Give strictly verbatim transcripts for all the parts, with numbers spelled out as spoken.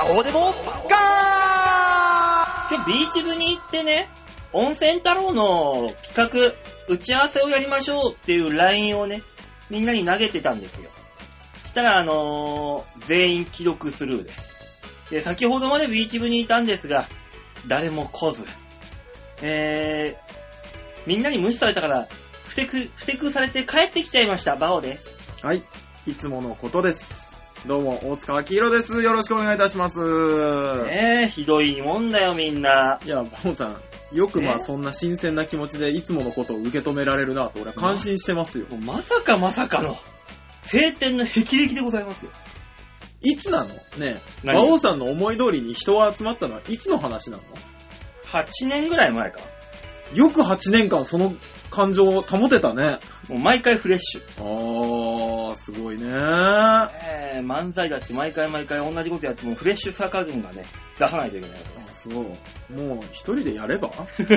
こうでもガー。今日ビーチ部に行ってね、温泉太郎の企画、打ち合わせをやりましょうっていう ライン をね、みんなに投げてたんですよ。したらあのー、全員既読スルーです。で、先ほどまでビーチ部にいたんですが、誰も来ず。えー、みんなに無視されたから、ふてく、ふてくされて帰ってきちゃいました。バオです。 はい、いつものことです。どうも、大塚明宏です。よろしくお願いいたします。 ねえ、ひどいもんだよ、みんな。 いや、バオさん、よくまあそんな新鮮な気持ちでいつものことを受け止められるなと、俺は感心してますよ。 ま、まさかまさかの、晴天の霹靂でございますよ。 いつなのねえ、バオさんの思い通りに人が集まったのはいつの話なの？ はちねんぐらい前か。 よくはちねんかんその感情を保てたね。 もう毎回フレッシュ。 あー、すごいね。 えー、漫才だって毎回毎回同じことやってもフレッシュさ加減がね、出さないといけないから。 あ、そう。もう一人でやれば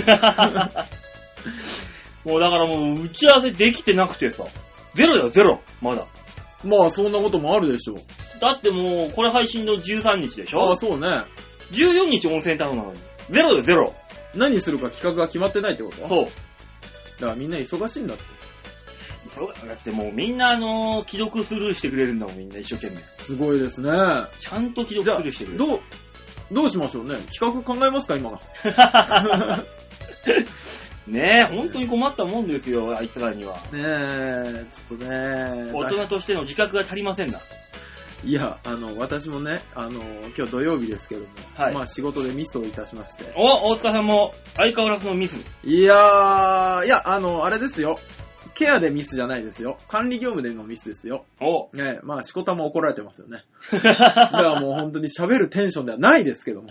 もうだからもう打ち合わせできてなくてさ。ゼロだよ、ゼロ。まだ。 まあそんなこともあるでしょう。 だってもう、これ配信のじゅうさんにちでしょ？ ああ、そうね。 じゅうよっか温泉太郎なのに。ゼロよ、ゼロ。 何するか企画が決まってないってこと？ そう。 だからみんな忙しいんだって。 そうだってもうみんなあのー、既読スルーしてくれるんだもん、みんな一生懸命。 すごいですね。 ちゃんと既読スルーしてくれる。 どう、どうしましょうね。企画考えますか、今が。 ねえ、本当に困ったもんですよ、あいつらには。 ねえ、ちょっとね。 大人としての自覚が足りませんな。 いや、あの、私もね、あの、今日土曜日ですけども、 はい、 まあ仕事でミスをいたしまして。 お、大塚さんも相変わらずのミス。 いやー、いや、あの、あれですよ。ケアでミスじゃないですよ。管理業務でのミスですよ。 お。 ねえ、まあ、しこたま怒られてますよね。だからもう本当に喋るテンションではないですけども。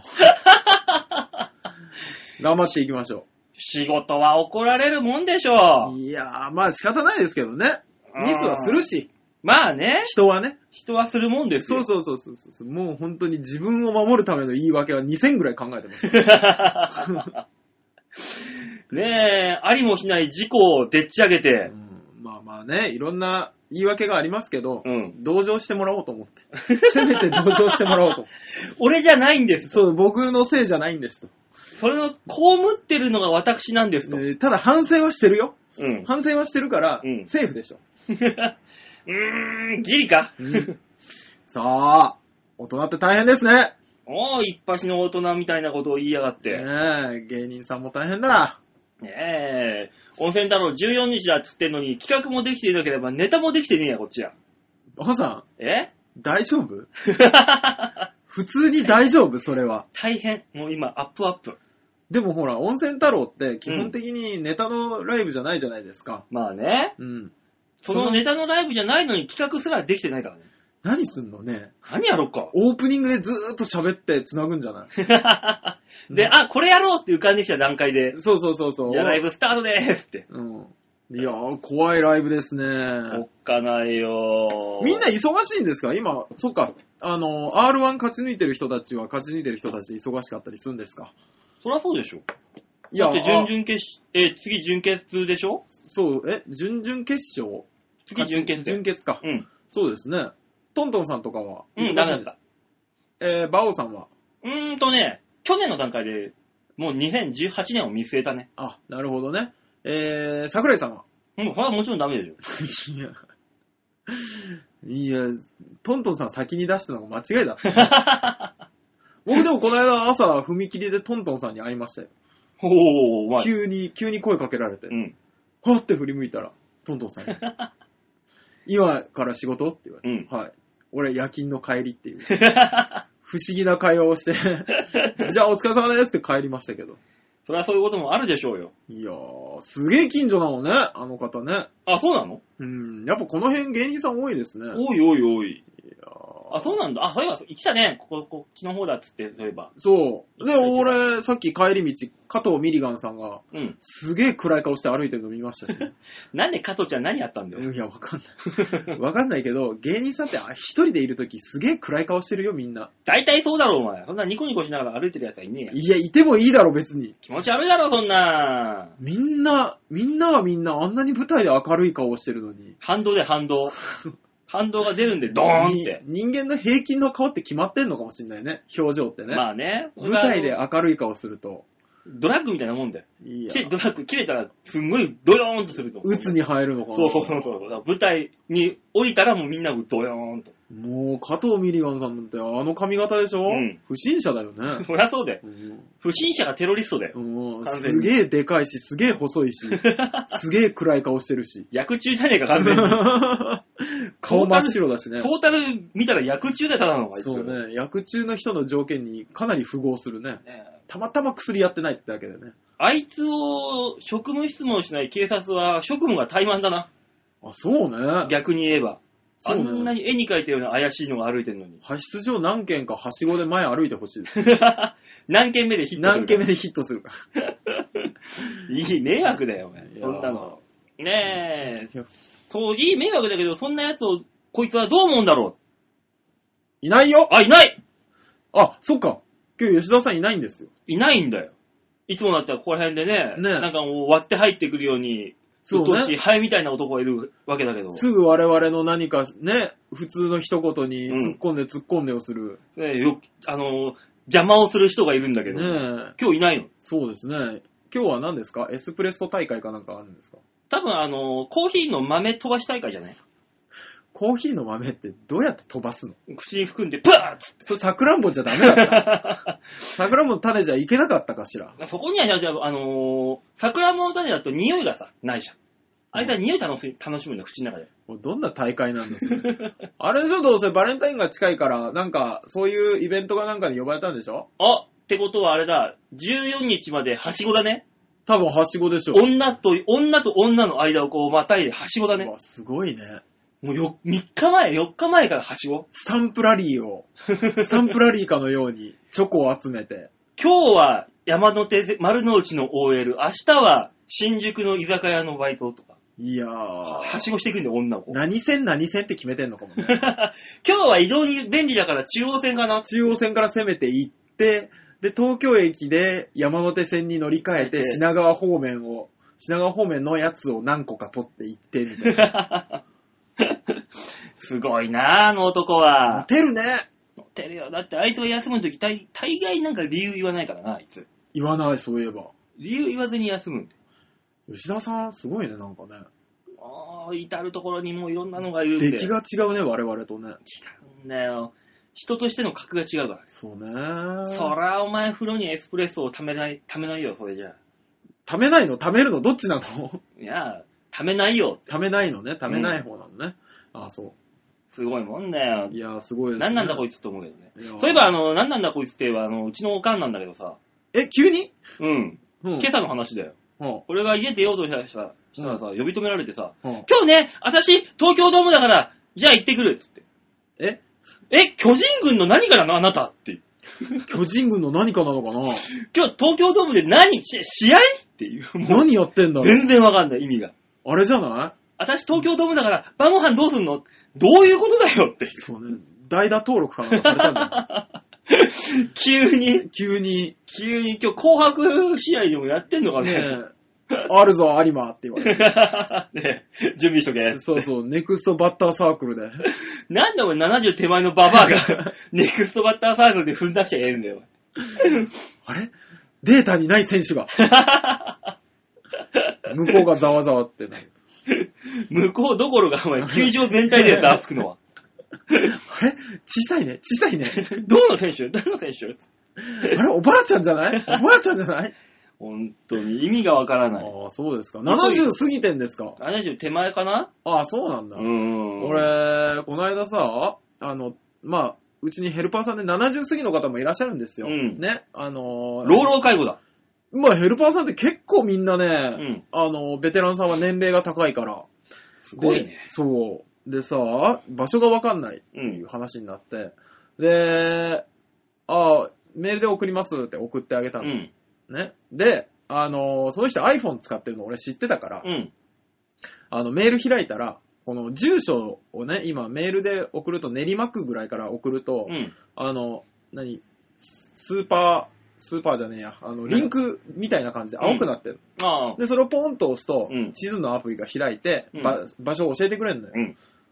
頑張っていきましょう。 仕事は怒られるもんでしょう。 いやー、まあ仕方ないですけどね。ミスはするし。 まあね。 人はね。 人はするもんですよ。 そうそうそうそう。もう本当に自分を守るための言い訳はにせんぐらい考えてます。 ねえ、ありもしない事故をでっち上げて、 うん。まあまあね、いろんな言い訳がありますけど、 うん、 同情してもらおうと思って。せめて同情してもらおうと。 俺じゃないんです。 そう、僕のせいじゃないんですと。 それを被ってるのが私なんですと。 えー、ただ反省はしてるよ。 うん、 反省はしてるから、うん、セーフでしょ。 うーん、ギリか。 うん、さあ、大人って大変ですね。 おー、一発の大人みたいなことを言いやがって。 ねえ、芸人さんも大変だ。 ねえ、温泉太郎じゅうよっかだっつってんのに企画もできていなければネタもできてねえや、こっちや。 バカさん。 え？ 大丈夫？普通に大丈夫？それは。 大変。もう今、アップアップ。 でもほら、温泉太郎って基本的にネタのライブじゃないじゃないですか。 うん、まあね。 うん。 そのネタのライブじゃないのに企画すらできてないからね。 何すんのね。 何やろっか。 オープニングでずーっと喋って繋ぐんじゃないで、あ、これやろうって浮かんできた段階で。 そうそうそうそう。 じゃあライブスタートでーすって。 うん。いやー、怖いライブですね。 おっかないよー。 みんな忙しいんですか今、そっか。あの、アールワン 勝ち抜いてる人たちは勝ち抜いてる人たちで忙しかったりするんですか？ そりゃそうでしょ。 いや、 だって準々決勝、え、次準決でしょ？ そう、え、準々決勝？ 次準決。 準決か。 うん。 そうですね。トントンさんとかはうん、ダメだった。 えー、バオさんはうーんとね、去年の段階で、もうにせんじゅうはちねんを見据えたね。 あ、なるほどね。えー、桜井さんはうん、これはもちろんダメでしょ。 いや、いや、トントンさん先に出したのが間違いだった。僕でもこの間朝踏切でトントンさんに会いましたよ。 おー、まあ、 急に、急に声かけられて。 うん。 はって振り向いたら、トントンさんに。今から仕事って言われて。うん、はい。俺夜勤の帰りっていう。不思議な会話をして、じゃあお疲れ様ですって帰りましたけど。 それはそういうこともあるでしょうよ。 いやー、すげえ近所なのね、あの方ね。 あ、そうなの？ うん、やっぱこの辺芸人さん多いですね。 多い多い多い。 いやあ、そうなんだ。あ、そういえば、言ってたね。ここ、こっちの方だっつって、そういえば。 そう。で、俺、さっき帰り道、加藤ミリガンさんが、 うん。 すげえ暗い顔して歩いてるの見ましたし、ね。 なんで加藤ちゃん何やったんだよ。 いや、わかんない。わかんないけど、芸人さんって一人でいるときすげえ暗い顔してるよ、みんな。 大体そうだろ、お前。そんなニコニコしながら歩いてるやつはいねえや。 いや、いてもいいだろ、別に。 気持ち悪いだろ、そんな。 みんな、みんなはみんな、あんなに舞台で明るい顔をしてるのに。 反動で反動。 反動が出るんで、ドーンって。 人間の平均の顔って決まってんのかもしれないね。表情ってね。 まあね。 舞台で明るい顔すると。 ドラッグみたいなもんだよ。 いやドラッグ切れたらすんごいドヨーンとすると。 鬱に入るのかな。 そうそうそうそう。舞台に降りたらもうみんなドヨーンと。 もう加藤ミリガンさんなんてあの髪型でしょ、うん、不審者だよね。 そりゃそうだよ、うん。不審者がテロリストだよ。 うん、すげえでかいし、すげえ細いし、すげえ暗い顔してるし。 薬中じゃねえか完全に。 顔真っ白だしね。 トータル見たら薬中でただのあいつ。 そうね。薬中の人の条件にかなり符合するね。ねたまたま薬やってないってだけでね。 あいつを職務質問しない警察は職務が怠慢だな。 あ、そうね。 逆に言えば。そうね、あんなに絵に描いたような怪しいのが歩いてるのに。 派出所何軒かはしごで前歩いてほしいです。 何軒目でヒットするか。 何軒目でヒットするか。 いい迷惑だよ、お前。そんなの。ねえ。そう、いい迷惑だけど、そんなやつを、こいつはどう思うんだろう。いないよ。 あ、いないあ、そっか。今日吉田さんいないんですよ。 いないんだよ。いつもだったらここら辺でね、ねなんかもう割って入ってくるように、そうね。うっとうしいハエみたいな男がいるわけだけど。 すぐ我々の何かね、普通の一言に突っ込んで突っ込んでをする。 うん、ねよあの、邪魔をする人がいるんだけど、ね、今日いないの。 そうですね。今日は何ですか？エスプレッソ大会かなんかあるんですか？ 多分あの、コーヒーの豆飛ばし大会じゃない？ コーヒーの豆ってどうやって飛ばすの？ 口に含んで、プーッつって。 それさくらんぼじゃダメだった。さくらんぼの種じゃいけなかったかしら。 そこには、じゃあ、あのー、さくらんぼの種だと匂いがさ、ないじゃん。あいつは匂い楽し楽しむんだ、口の中で。 もうどんな大会なんですかあれでしょ、どうせバレンタインが近いから、なんか、そういうイベントかなんかに呼ばれたんでしょ？ あ、ってことはあれだ、じゅうよっかまではしごだね。 多分はしごでしょ。 女と、女と女の間をこうまたいではしごだね。 うわ、すごいね。 もうよ、みっかまえ、よっかまえからはしご。 スタンプラリーを、スタンプラリーかのようにチョコを集めて。 今日は山手丸の内の オーエル、明日は新宿の居酒屋のバイトとか。 いやー。はしごしていくんだよ、女を。 何線何線って決めてんのかもね。 今日は移動に便利だから中央線かな。 中央線から攻めて行って、で、東京駅で山手線に乗り換えて品川方面を、品川方面のやつを何個か取って行ってみたいな。 すごいなぁ、あの男は。 モテるね。 モテるよ。だってあいつが休むとき大、大概なんか理由言わないからな、あいつ。 言わない、そういえば。 理由言わずに休むんで。 吉田さん、すごいね、なんかね。 ああ、至るところにもういろんなのがいるんで。 出来が違うね、我々とね。違うんだよ。人としての格が違うから。 そうね。 そらお前風呂にエスプレッソを溜めない、溜めないよ、それじゃあ。 溜めないの？溜めるの？どっちなの？ いや、溜めないよ。 溜めないのね。溜めない方なのね。うん、ああ、そう。 すごいもんだよ。 いや、すごいですね。 何なんだこいつって思うけどね。そういえば、あの、何なんだこいつって言えば、あの、うちのおかんなんだけどさ。 え、急に？ うん。うん、今朝の話だよ。うん、俺が家出ようとしたらさ、したらさ、呼び止められてさ、うん、今日ね、私、東京ドームだから、じゃあ行ってくるっつって。 ええ、巨人軍の何かなのあなたって。 巨人軍の何かなのかな今日東京ドームで何し試合っていう。 何やってんだろう全然わかんない、意味が。 あれじゃない私東京ドームだから、晩ご飯どうすんのどういうことだよって。 そうね。代打登録かなんかされたんだ急に急に。 急に今日紅白試合でもやってんのかね。ねあるぞ、有馬って言われて。 ね準備しとけ。 そうそう、ネクストバッターサークルで。 なんでお前ななじゅう手前のババアが、ネクストバッターサークルで踏んだきゃええんだよ。 あれデータにない選手が。向こうがざわざわってなる。 向こうどころか、お前、球場全体でざわつくのは。 あれ小さいね、小さいね。 どの選手どの選手あれおばあちゃんじゃないおばあちゃんじゃない本当に意味がわからない。 ああ、そうですか。ななじゅう過ぎてんですか。 ななじゅう手前かな。 ああ、そうなんだ。 うーん。 俺、この間さ、あの、まあ、うちにヘルパーさんでななじゅう過ぎの方もいらっしゃるんですよ。 うん、 ね。あのー、 老老介護だ。 まあ、ヘルパーさんって結構みんなね、 うん、 あの、ベテランさんは年齢が高いから。 すごいね。 そう。でさ、場所がわかんないっていう話になって、うん、で、ああ、メールで送りますって送ってあげたの。うん、ね。で、あのー、その人 iPhone 使ってるの俺知ってたから、 うん、 あの、メール開いたら、この住所をね、今メールで送ると練馬区ぐらいから送ると、 うん、 あの、何、スーパー、スーパーじゃねえや、あの、リンクみたいな感じで青くなってる。 うん、 で、それをポンと押すと、 うん、 地図のアプリが開いて、 うん、 場所を教えてくれるんだよ。 うん、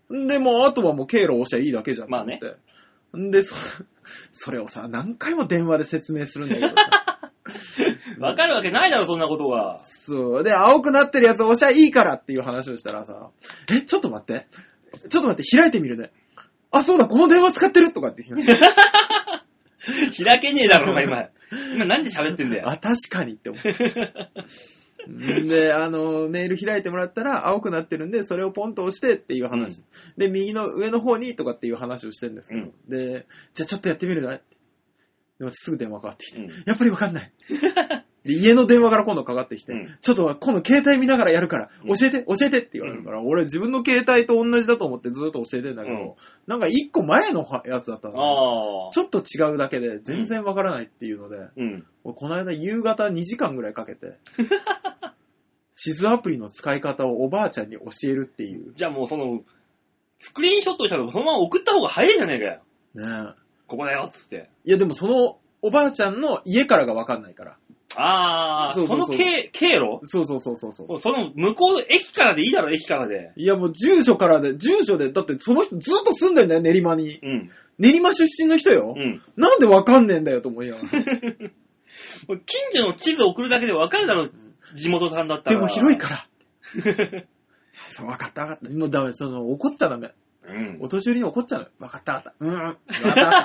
で、もうあとはもう経路を押しゃいいだけじゃん。 まあね。 んで、そ、それをさ、何回も電話で説明するんだけどさ。 わかるわけないだろ、そんなことは。 そう。で、青くなってるやつ押しゃいいからっていう話をしたらさ、え、ちょっと待って。ちょっと待って、開いてみるね。あ、そうだ、この電話使ってるとかって言う。 開けねえだろ、お前今。今なんで喋ってんだよ。 あ、確かにって思う。で、あの、メール開いてもらったら青くなってるんで、それをポンと押してっていう話。うん、で、右の上の方にとかっていう話をしてるんですけど、うん、で、じゃあちょっとやってみるね。ですぐ電話かかってきて、うん、やっぱりわかんない。で、家の電話から今度かかってきて、うん、ちょっと今度携帯見ながらやるから、教えて、教えてって言われるから、うん、俺自分の携帯と同じだと思ってずっと教えてんだけど、うん、なんか一個前のやつだったの。ちょっと違うだけで全然わからないっていうので、うん、俺この間夕方にじかんぐらいかけて、地図アプリの使い方をおばあちゃんに教えるっていう。 じゃあもうその、スクリーンショットしたらそのまま送った方が早いじゃねえかよ。 ねえ。 ここだよっつって。 いやでもそのおばあちゃんの家からがわかんないから。 ああ、その経、経路そうそうそうそうそう。 その向こう、駅からでいいだろ、駅からで。 いやもう住所からで、住所で、だってその人ずっと住んでんだよ、練馬に。うん。練馬出身の人よ。うん。なんでわかんねえんだよと思いながら。近所の地図送るだけでわかるだろ、地元さんだったら。 でも広いから。そう、わかったわかった。もうダメ、その、怒っちゃダメ。うん。お年寄りに怒っちゃうの。わかったわかった。うん。わかったわかった。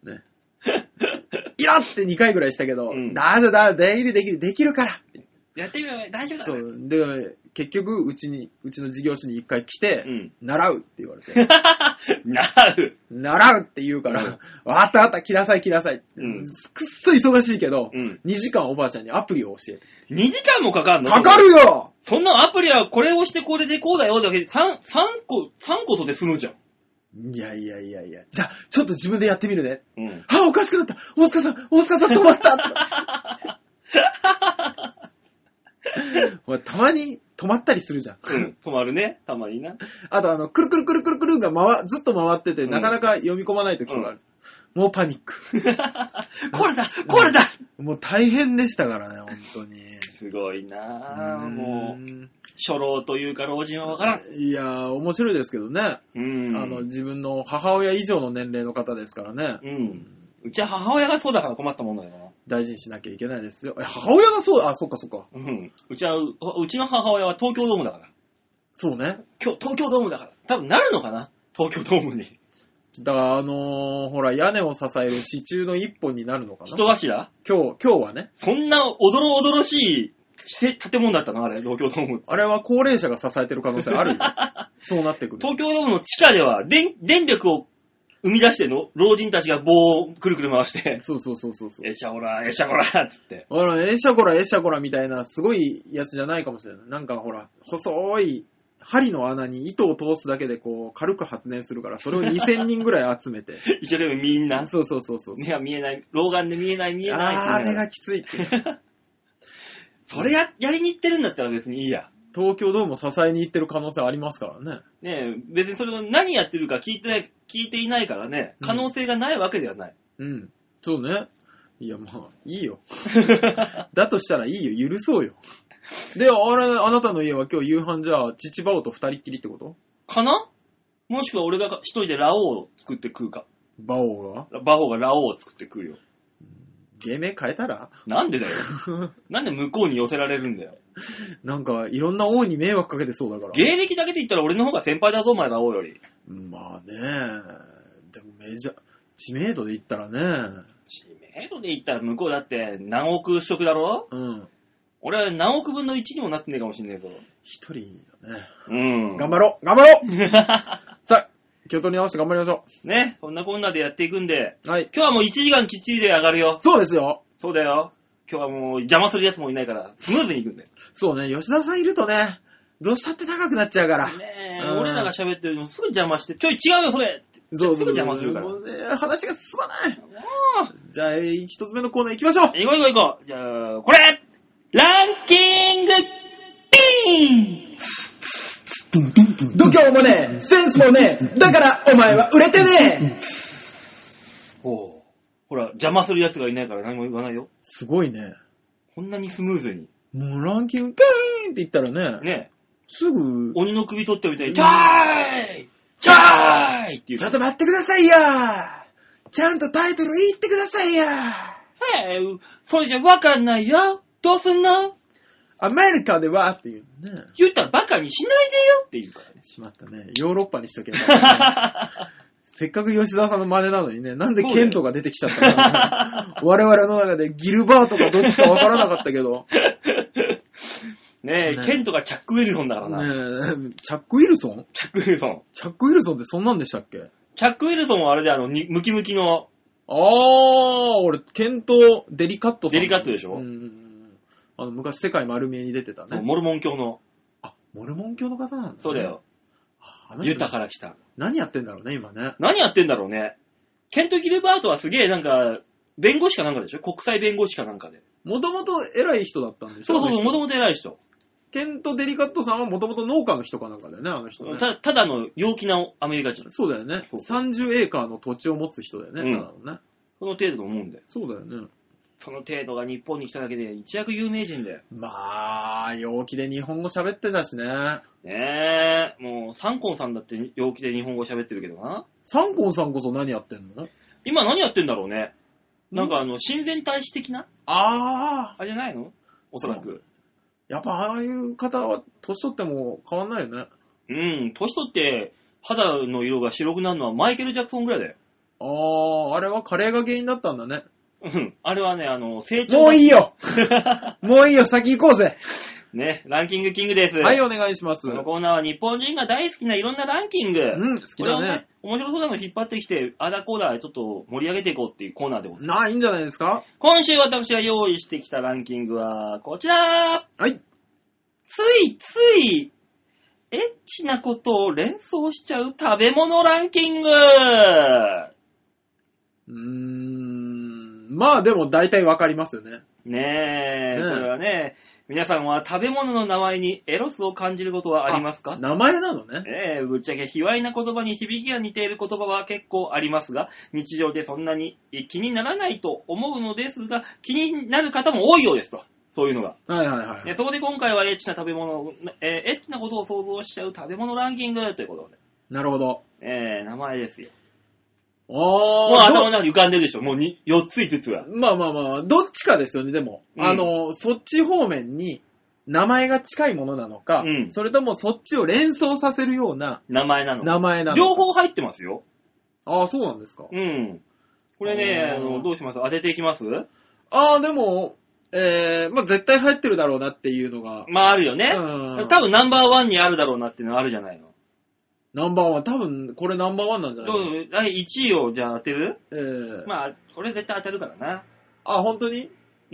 ね。いらってにかいぐらいしたけど、うん、だーだーできるできるできるからやってみよう大丈夫だ。 そうで結局うちにうちの事業所に一回来て、うん、習うって言われて習う習うって言うから、うん、わかったわかった来なさい来なさい、うん、くっそ忙しいけど、うん、にじかんおばあちゃんにアプリを教えてにじかんもかかんの？ かかるよ。 そんなアプリはこれをしてこれでこうだよだけで 3, 3個3個とで済むじゃん。 いやいやいやいや。じゃあ、ちょっと自分でやってみるね。うん。あ、おかしくなった。大塚さん、大塚さん止まったお前たまに止まったりするじゃん。 うん。止まるね。たまにな。 あと、あの、くるくるくるくるくるが回、ずっと回ってて、うん、なかなか読み込まない時とかある。うん、もうパニック。 これだこれだもう大変でしたからね、本当に。 すごいなぁ。もう。初老というか老人はわからん。 いやー、面白いですけどね。うん。あの、自分の母親以上の年齢の方ですからね。 うん。うちは母親がそうだから困ったもんだよな。 大事にしなきゃいけないですよ。え、母親がそう、あ、そっかそっか。 うん。うちは、う、うちの母親は東京ドームだから。 そうね。 今日、東京ドームだから。多分なるのかな東京ドームに。 だから、あのー、ほら、屋根を支える支柱の一本になるのかな。 人柱？ 今日、今日はね。 そんな、おどろおどろしい、建物だったのあれ、東京ドーム。 あれは高齢者が支えてる可能性あるよ。そうなってくる。 東京ドームの地下では、電、電力を生み出してんの老人たちが棒をくるくる回して。 そうそうそうそうそう。 えしゃこら、えしゃこら、つって。 ほら、えしゃこら、えしゃこらみたいな、すごいやつじゃないかもしれない。なんかほら、細い針の穴に糸を通すだけでこう、軽く発電するから、それをにせんにんぐらい集めて。 一生懸命みんな。 そうそうそうそう。 目が見えない、老眼で見えない見えない。 あー、目がきついって。 それや、やりに行ってるんだったら別にいいや。 東京ドームを支えに行ってる可能性ありますからね。 ねえ、別にそれを何やってるか聞いてない、聞いていないからね、可能性がないわけではない。 うん。うん、そうね。いや、まあ、いいよ。だとしたらいいよ。許そうよ。で、あれ、あなたの家は今日夕飯じゃあ、父バオと二人っきりってことかな？もしくは俺が一人でラオウを作って食うか。 バオがバオがラオウを作って食うよ。 芸名変えたらなんでだよ。なんで向こうに寄せられるんだよ。 なんか、いろんな王に迷惑かけてそうだから。 芸歴だけで言ったら俺の方が先輩だぞ、お前ラオウより。 まあね。でもメジャー、知名度で言ったらね。 知名度で言ったら向こうだって何億食だろ？うん。俺は何億分のいちにもなってねえかもしんねえぞ。 一人だね。 うん。 頑張ろう頑張ろうさあ、気を取り直して頑張りましょう。ね。こんなこんなでやっていくんで。はい。今日はもういちじかんきっちりで上がるよ。 そうですよ。 そうだよ。今日はもう邪魔するやつもいないから、スムーズにいくんだよ。 そうね。吉田さんいるとね、どうしたって長くなっちゃうから。 ねえ、俺らが喋ってるのすぐ邪魔して、ちょい違うよ、それそうそうそう。すぐ邪魔するから。もうね、話が進まない。もう。じゃあ、一つ目のコーナー行きましょう。 行こう行こう行こう。じゃあ、これランキングティーン度胸もねえ、センスもねえ、だからお前は売れてねえほう。ほら、邪魔する奴がいないから何も言わないよ。 すごいね。 こんなにスムーズに。 もうランキングガーンって言ったらね。 ねすぐ、 鬼の首取ったみたいに、ジャーイジャーイって言う。 ちょっと待ってくださいよちゃんとタイトル言ってくださいよへぇ、それじゃわかんないよ。どうすんの？ アメリカではっていうね。 言ったらバカにしないでよって言うからね。 しまったね。ヨーロッパにしとけばよかったね。せっかく吉沢さんの真似なのにね、なんでケントが出てきちゃったの、ね、我々の中でギルバートかどっちかわからなかったけど。 ねえ、 ね、 ケントがチャック・ウィルソンだからな。 ねえ、チャック・ウィルソンチャック・ウィルソン。 チャック・ウィルソンってそんなんでしたっけ？ チャック・ウィルソンはあれであの、ムキムキの。 あー、俺、ケント・デリカットさん。 デリカットでしょ？ うん。あの、昔世界丸見えに出てたね。 モルモン教の。 あ、モルモン教の方なんだね。 そうだよ。ユタから来た。 何やってんだろうね、今ね。 何やってんだろうね。ケント・ギルバートはすげえなんか、弁護士かなんかでしょ？国際弁護士かなんかで。 もともと偉い人だったんでしょ？ そうそうそう、もともと偉い人。 ケント・デリカットさんはもともと農家の人かなんかだよね、あの人ね。 たただの陽気なアメリカ人。 そうだよね。 そうさんじゅうエーカーの土地を持つ人だよね、 うん、 ただのね。 その程度のもんで。 そうだよね。 その程度が日本に来ただけで一躍有名人だよ。 まあ、陽気で日本語喋ってたしね。 ねえ、もう、サンコンさんだって陽気で日本語喋ってるけどな。 サンコンさんこそ何やってんの？ 今何やってんだろうね。なんかあの、親善大使的な？ ああれじゃないの？おそらく。 やっぱああいう方は年取っても変わんないよね。 うん、年取って肌の色が白くなるのはマイケル・ジャクソンぐらいだよ。 ああ、あれはカレーが原因だったんだね。 うん、あれはね、あの、成長。 もういいよもういいよ、先行こうぜね、ランキングキングです。 はい、お願いします。 このコーナーは日本人が大好きないろんなランキング。 うん、好きだね。 ね、面白そうなの引っ張ってきて、あだこうだちょっと盛り上げていこうっていうコーナーでございます。 なあ、いいんじゃないですか。 今週私が用意してきたランキングは、こちら。 はい。 ついつい、エッチなことを連想しちゃう食べ物ランキング。 うーん、まあでも大体わかりますよね。 ねえ、 ねえ、 これはね、皆さんは食べ物の名前にエロスを感じることはありますか？ 名前なのね。 ええ、ぶっちゃけ卑猥な言葉に響きが似ている言葉は結構ありますが、日常でそんなに気にならないと思うのですが、気になる方も多いようですと。そういうのが。 はいはいはい。 でそこで今回はエッチな食べ物、えー、エッチなことを想像しちゃう食べ物ランキングということで。 なるほど。 えー、名前ですよ。 あもう頭の中に浮かんでるでしょ。もうによっついつつは。 まあまあまあ、どっちかですよね、でも。うん、あの、そっち方面に名前が近いものなのか、うん、それともそっちを連想させるような名前なのか。 名前なのか。 両方入ってますよ。 ああ、そうなんですか。 うん。これね、あの、どうします？当てていきます？ ああ、でも、えー、まあ絶対入ってるだろうなっていうのが。 まああるよね。うん。多分ナンバーワンにあるだろうなっていうのはあるじゃないの。 ナンバーワン、多分これナンバーワンなんじゃないの？ うん、だいいちいをじゃあ当てる？ ええー。 まあ、これ絶対当てるからな。 あ、本当に？ うん。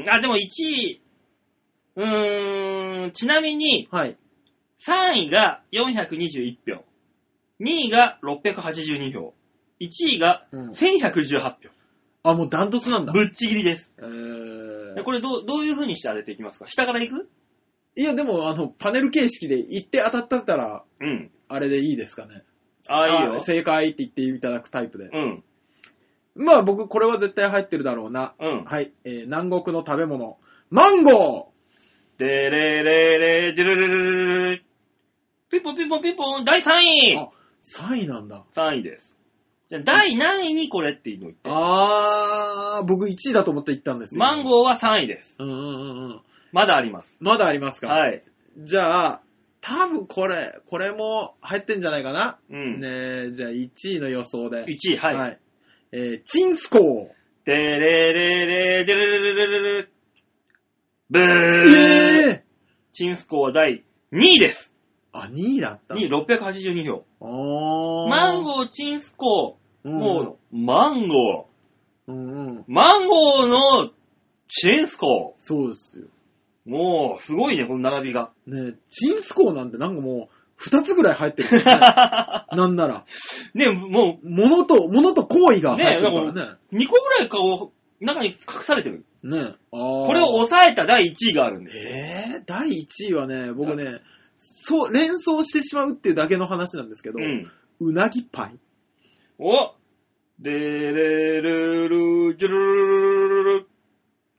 あ、でもいちい、うーん、ちなみに、 はい。 さんいがよんひゃくにじゅういちひょう。にいがろっぴゃくはちじゅうにひょう。いちいがせんひゃくじゅうはちひょう。 うん、あ、もうダントツなんだ。 ぶっちぎりです。 えー、 これどう、どういう風にして当てていきますか？下からいく？ いや、でも、あの、パネル形式で言って当たったったら、うん。あれでいいですかね。 ああ、いいよ。 正解って言っていただくタイプで。 うん。 まあ僕、これは絶対入ってるだろうな。 うん。 はい。えー、南国の食べ物。マンゴーでれれれでるるるるるピンポンピンポンピンポンだいさんい。 あ、さんいなんだ。 さんいです。じゃあ、だい何位にこれっていうのを言って。 あー、僕いちいだと思って言ったんですよ。 マンゴーはさんいです。 うんうんうんうん。 まだあります。 まだありますか？ はい。 じゃあ、多分これ、これも入ってんじゃないかな。 うん。 ねえ、じゃあいちいの予想で。 いちい、はい。はい。 えー、チンスコー。 でれれれでるるるるるるブー。 えー、 チンスコーはだいにいです。 あ、にいだった。 にい、ろっぴゃくはちじゅうにひょう。 あー。 マンゴー、チンスコー。うん、もう、マンゴー。うんうん。 マンゴーのチンスコー。 そうですよ。 もう、すごいね、この並びが。 ねえ、チンスコーなんてなんかもう、二つぐらい入ってる、ね。なんなら。 ね、もう、 物と、物と行為が入ってるからね。ねにこぐらい顔、中に隠されてる。 ねえ。あこれを抑えただいいちいがあるんです。 えー、だいいちいはね、僕ね、そう、連想してしまうっていうだけの話なんですけど、うん、うなぎパイ。 おでれるるじゅるるるるる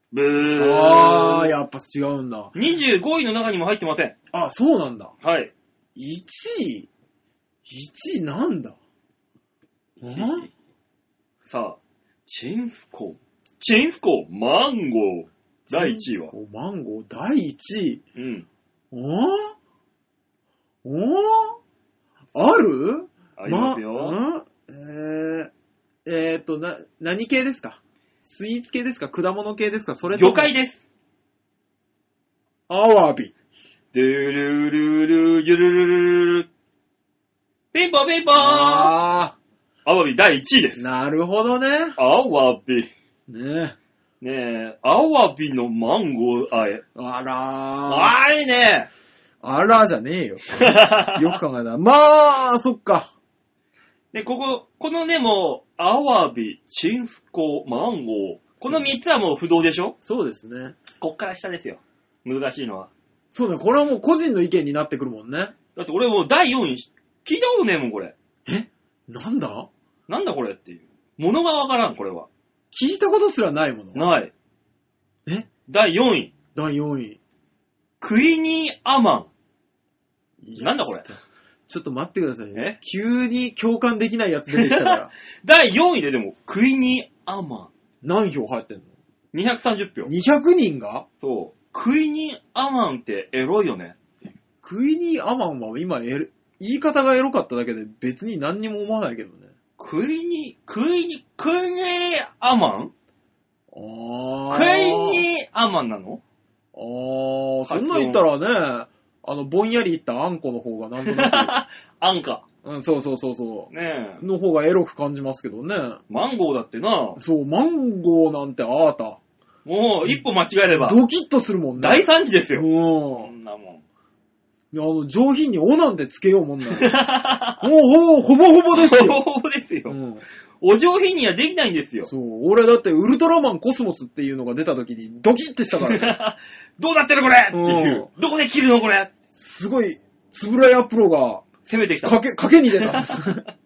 ブー。 あー、やっぱ違うんだ。 にじゅうごいの中にも入ってません。 あ、そうなんだ。 はい。 いちい ?いち いなんだ。んさあ、チェンスコー。チェンスコー、マンゴー。だいいちいは。 マンゴー、だいいちい。 うん。 おーおーあるありますよ。 ま、えー、えーっと、な、何系ですか？スイーツ系ですか？果物系ですか？それとも魚介です。 アワビ。 ドゥルルルルルルルルピンポンピンポーン。 あアワビだいいちいです。 なるほどね。 アワビ。 ねねえ、アワビのマンゴーあえ。 あらー。 あれね。 あらじゃねえよ。よく考えたら。まあ、そっか。 で、ここ、このね、もう、アワビ、チンスコ、マンゴー。このみっつはもう不動でしょ？ そうですね。 こっから下ですよ。難しいのは。 そうね、これはもう個人の意見になってくるもんね。 だって俺もうだいよんい、聞いたことねえもん、これ。 えなんだなんだこれっていう。ものがわからん、これは。 聞いたことすらないもの。 ない。 えだいよんい。 だいよんい。 クイニーアマン。なんだこれ。 ちょっと待ってくださいえね。急に共感できないやつ出てきたから。 だいよんいででも、クイニーアマン。 何票入ってんの ? にひゃくさんじゅっぴょう。 にひゃくにんがそう。クイニーアマンってエロいよね。 クイニーアマンは今エロ、言い方がエロかっただけで別に何にも思わないけどね。 クイニー、クイニー、クイニーアマンあー。 クイニーアマンなのあー、そんなん言ったらね、あの、ぼんやり言ったあんこの方がなんとなく。 アンカ。 うん、そうそうそうそう。 ねえ。 の方がエロく感じますけどね。 マンゴーだってな。 そう、マンゴーなんてあーた。 もう一歩間違えれば。 ドキッとするもんね。 大惨事ですよ。 うん。 そんなもん。 あの、上品におなんてつけようもんなら。もうほ、ほぼほぼですよ。 ほぼほぼですよ。 うん。 お上品にはできないんですよ。 そう。俺だってウルトラマンコスモスっていうのが出た時にドキッてしたから。 どうなってるこれっていう。どこで切るのこれすごい、つぶらやプロが、 攻めてきた。 賭け、賭けに出たんです。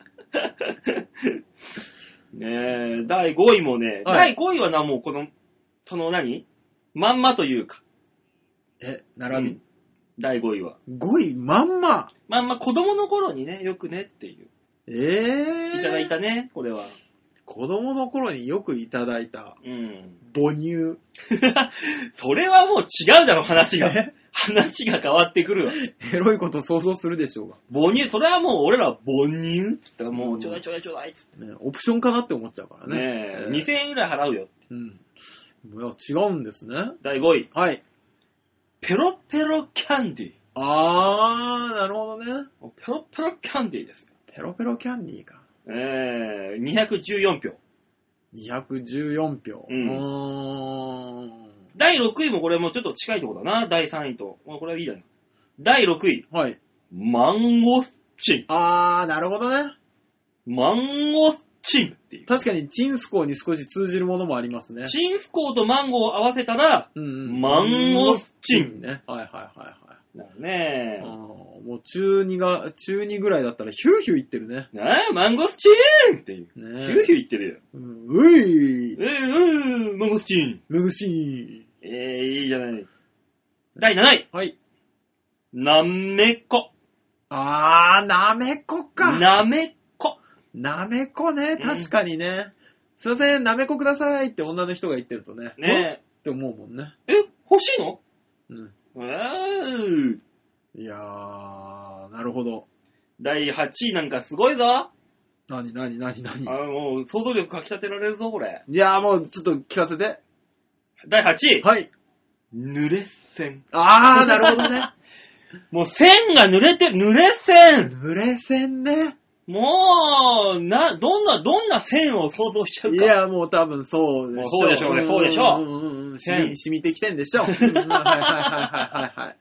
ねえ、だいごいもね、 はい、 だいごいはな、もうこの、その何まんまというか。 え、並び、うん、 だいごいは。 ごいまんままんま子供の頃にね、よくねっていう。 えー。 いただいたね、これは。 子供の頃によくいただいた。 うん。 母乳。 それはもう違うだろ、話が。話が変わってくるわ。 エロいこと想像するでしょうが。 母乳、それはもう俺ら母乳って言ったらもうちょうだいちょうだいちょうだいっつって。 ね、オプションかなって思っちゃうからね。 ねえ、えー、にせんえんぐらい払うよ。 うん。いや、違うんですね。 だいごい。 はい。 ペロペロキャンディー。 あー、なるほどね。 ペロペロキャンディーですよ。 ペロペロキャンディーか。 えー、にひゃくじゅうよんぴょう。 にひゃくじゅうよんぴょう。 うん。 うーん。 だいろくいもこれもちょっと近いところだな。だいさんいと。もうこれはいいだな。だいろくい。 はい。 マンゴスチン。 あー、なるほどね。 マンゴスチンっていう。 確かにチンスコーに少し通じるものもありますね。 チンスコーとマンゴーを合わせたら、 うんうん、 マンゴスチン。 ね。はいはいはいはい。 だねえ。 もう中にが、中にぐらいだったらヒューヒュー言ってるね。 なあ、マンゴスチンっていう。ね、ヒューヒュー言ってるよ。 うん、うい。 うーうー、マンゴスチン。 ムグシー。 えー、いいじゃない。だいなない。 はい。 なめこ。 あー、なめこか。 なめこ。 なめこね、確かにね。うん、すいません、なめこくださいって女の人が言ってるとね。 ねえ。 って思うもんね。 え、欲しいの？ うん。 うーいやー、なるほど。 だいはちいなんかすごいぞ。 なになになになにあの、もう想像力かき立てられるぞ、これ。 いやーもうちょっと聞かせて。 だいはちい。 はい。 濡れ線。 あー、なるほどね。 もう線が濡れてる、濡れ線。 濡れ線ね。 もう、な、どんな、どんな線を想像しちゃうか。 いや、もう多分そうでしょう。 そうでしょうね、そうでしょう。 うんうんうん。染み、染みてきてんでしょう。はいはいはいはいはい。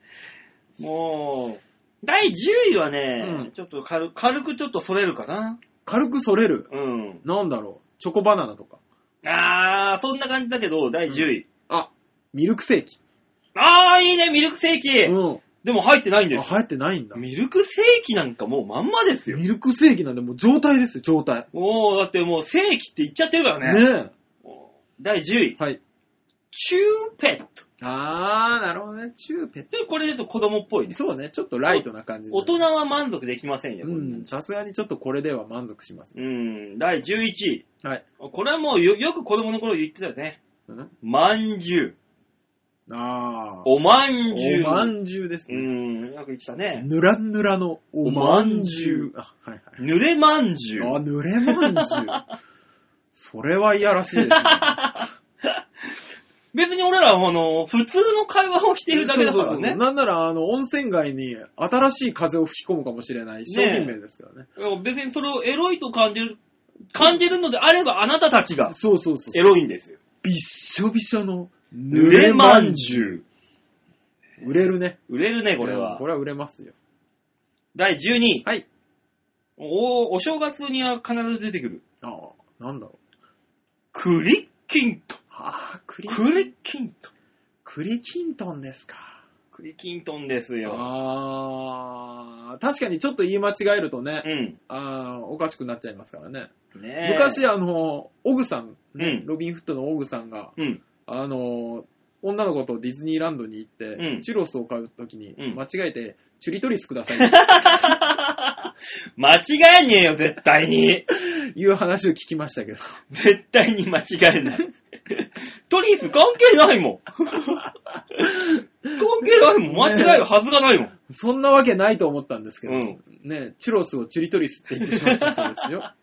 もう、だいじゅういはね、うん、ちょっと軽、軽くちょっとそれるかな。 軽くそれる？ うん。 なんだろう。チョコバナナとか。 あー、そんな感じだけど、だいじゅうい。 うん、あ、ミルクセーキ。 あー、いいね、ミルクセーキ。うん。でも入ってないんですよ。 あ、入ってないんだ。 ミルクセーキなんかもうまんまですよ。 ミルクセーキなんでもう状態ですよ、状態。 もう、だってもうセーキって言っちゃってるからね。 ねえ。 だいじゅうい。 はい。 チューペット。 あー、なるほどね。チューペット。 で、これだと子供っぽいね。 そうね。ちょっとライトな感じで。 大人は満足できませんよ。 うん。さすがにちょっとこれでは満足します。 うん。だいじゅういちい。 はい。 これはもう よ, よく子供の頃言ってたよね。うん、まんじゅう。 あー。 おまんじゅう。 おまんじゅうですね。 うん。よく言ってたね。 ぬらぬらのおまんじゅう。あ、はいはい。 ぬれまんじゅう。 あ、ぬれまんじゅう。それはいやらしいですね。 別に俺らはあの、普通の会話をしているだけだからね。そうそうそう。 なんなら、あの、温泉街に新しい風を吹き込むかもしれない商品名ですからね。 ね、別にそれをエロいと感じる、感じるのであればあなたたちが、 そうそうそう。 エロいんですよ。 びっしょびしょのぬれまんじゅう。売れるね。 売れるね、これは。 これは売れますよ。 だいじゅうにい。 はい。 お、お正月には必ず出てくる。 ああ、なんだろう。 クリッキントン。 ああ、クリクリキントン。 クリキントンですか。 クリキントンですよ。 ああ、確かにちょっと言い間違えるとね、 うん、 あおかしくなっちゃいますからね。 ね昔、あの、オグさん、ねうん、 ロビンフットのオグさんが、 うん、 あの、女の子とディズニーランドに行って、 うん、 チュロスを買うときに、 うん、 間違えて、チュリトリスください。 間違えねえよ、絶対に。 いう話を聞きましたけど。 絶対に間違えない。トリス関係ないもん。関係ないもん。間違えるはずがないもん。ね、 そんなわけないと思ったんですけど、 うん、 ね、チュロスをチュリトリスって言ってしまったそうですよ。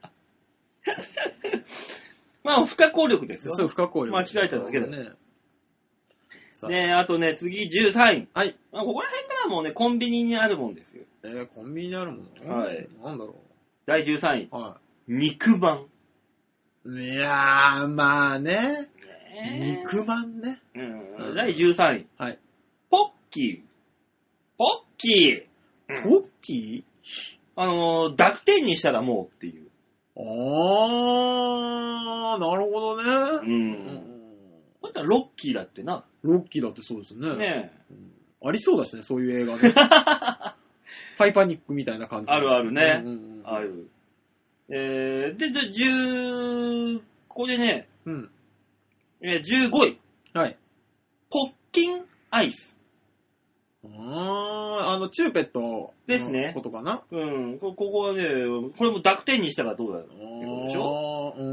まあ、不可抗力ですよ。 そう、不可抗力。 間違えただけだね。 ねえ、あとね、次じゅうさんい。 はい。 まあ、ここら辺からもうね、コンビニにあるもんですよ。 えー、コンビニにあるもの？ はい。 なんだろう。 だいじゅうさんい。 はい。 肉まん。 いやー、まあね。 ね肉まんね。 うん。だいじゅうさんい。 はい。 ポッキー。ポッキー。ポッキーあのー、濁点にしたらもうっていう。 あー、なるほどね。 うん。うんだったらロッキーだってな。 ロッキーだってそうですね。 ねえ、 うん。ありそうだしね、そういう映画ね。ファイパニックみたいな感じ。 あるあるね。 うんうんうん、 ある。えー、で、で、じゅう、ここでね、 うん。 えー、じゅうごい。 はい。 ポッキンアイス。 あー、あの、チューペットですね。 ことかな。 うん。ここはね、これも濁点にしたらどうだろうってことでしょ。 あー、うん。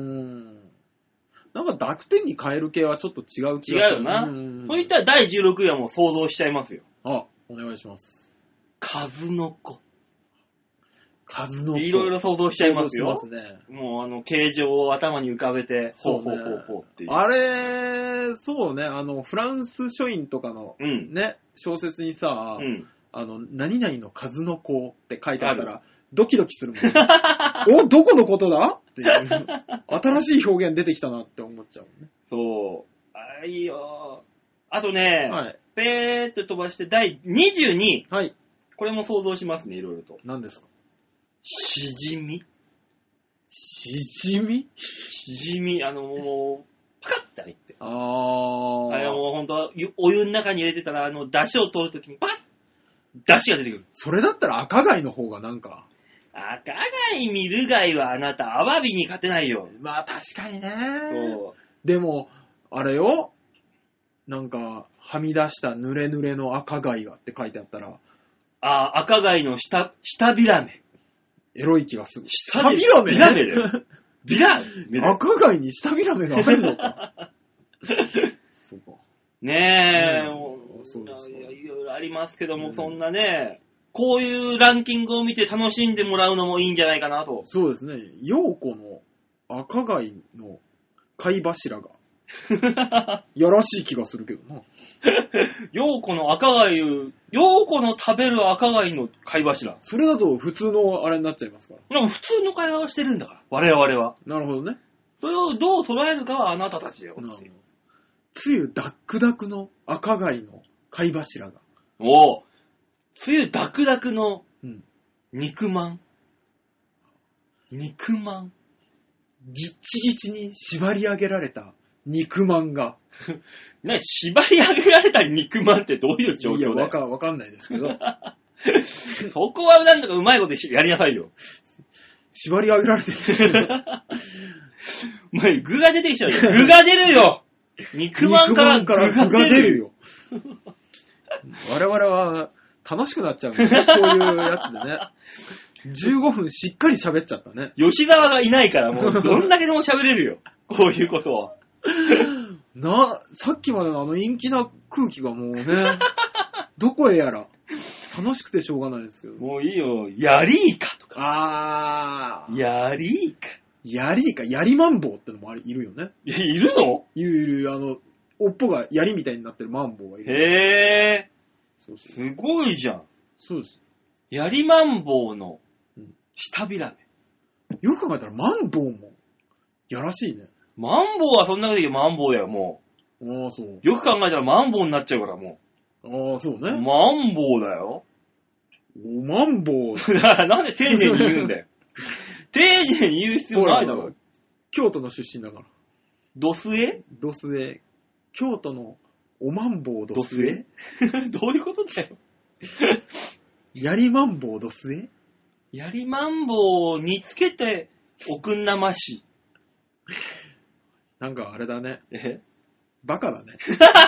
なんか濁点に変える系はちょっと違う気がする。 違うよな。そういったらだいじゅうろくいはもう想像しちゃいますよ。 あ、お願いします。 数の子。 数の子。 いろいろ想像しちゃいますよ。 想像しますね。 もうあの、形状を頭に浮かべて、 そうね、 ほうほうほうほうっていう。 あれ、そうね、あの、フランス書院とかの、 うん、 ね、小説にさ、 うん、 あの、何々の数の子って書いてあったら、ドキドキするもん、ね。お、どこのことだっていう。新しい表現出てきたなって思っちゃうね。 そう。あ、いいよ。あとね、 はい、 ペーって飛ばしてだいにじゅうに。 はい。 これも想像しますね、いろいろと。 何ですか？ しじみ。 しじみ？ しじみ、あのもう、パカッて入って。 あー。 あれはもうほんと、お湯の中に入れてたら、あの、出汁を取るときにパッ出汁が出てくる。 それだったら赤貝の方がなんか。 赤貝見る貝はあなた、アワビに勝てないよ。 まあ確かにね。 そう。 でも、あれよ。なんか、はみ出した濡れ濡れの赤貝がって書いてあったら。 あ、赤貝の下、下ビラメ。 エロい気がする。 下ビラメビラメだよ。ビラメ赤貝に下ビラメが入るのか。そうか。 ねえ、 うん、そうですね。 いろいろありますけども、うん、そんなね、こういうランキングを見て楽しんでもらうのもいいんじゃないかなと。 そうですね。陽子の赤貝の貝柱が。やらしい気がするけどな。 陽子の赤貝、陽子の食べる赤貝の貝柱。 それだと普通のあれになっちゃいますから。 でも普通の会話をしてるんだから、我々は。 なるほどね。 それをどう捉えるかはあなたたちよ。 つゆダックダクの赤貝の貝柱が。 おぉ。つゆダクダクの肉まん。うん、肉まん。 ぎっちぎちに縛り上げられた肉まんが。 ね、縛り上げられた肉まんってどういう状況だよ。 いや、わか、わかんないですけど。 そこはなんとかうまいことやりなさいよ。 縛り上げられてるんですよ。 お前、具が出てきちゃうよ。具が出るよ。 肉まんから具が出るよ。 我々は楽しくなっちゃうんだね、こういうやつでね。じゅうごふんしっかり喋っちゃったね。 吉沢がいないからもうどんだけでも喋れるよ。こういうことは。 な、さっきまでのあの陰気な空気がもうね、どこへやら。楽しくてしょうがないですけど。 もういいよ。やりーかとか。 あー。やりーか。 やりーか。やりマンボウってのもあれいるよね。 いや、いるの？ いるいる。あの、おっぽが槍みたいになってるマンボウがいる。 へー。 そうそう。 すごいじゃん。 そうです。 やりマンボウの下びらめ。 よく考えたらマンボウもやらしいね。 マンボウはそんなことでマンボウだよ、もう。ああ、そう。 よく考えたらマンボウになっちゃうからもう。ああ、そうね。 マンボウだよ。 おマンボウ。 だからなんで丁寧に言うんだよ。丁寧に言う必要ないだろ。 京都の出身だから。 ドスエドスエ。京都のおマンボウドスエどういうことだよ。 やりマンボウドスエやりマンボウにつけておくんなまし。 なんかあれだね。 えバカだね。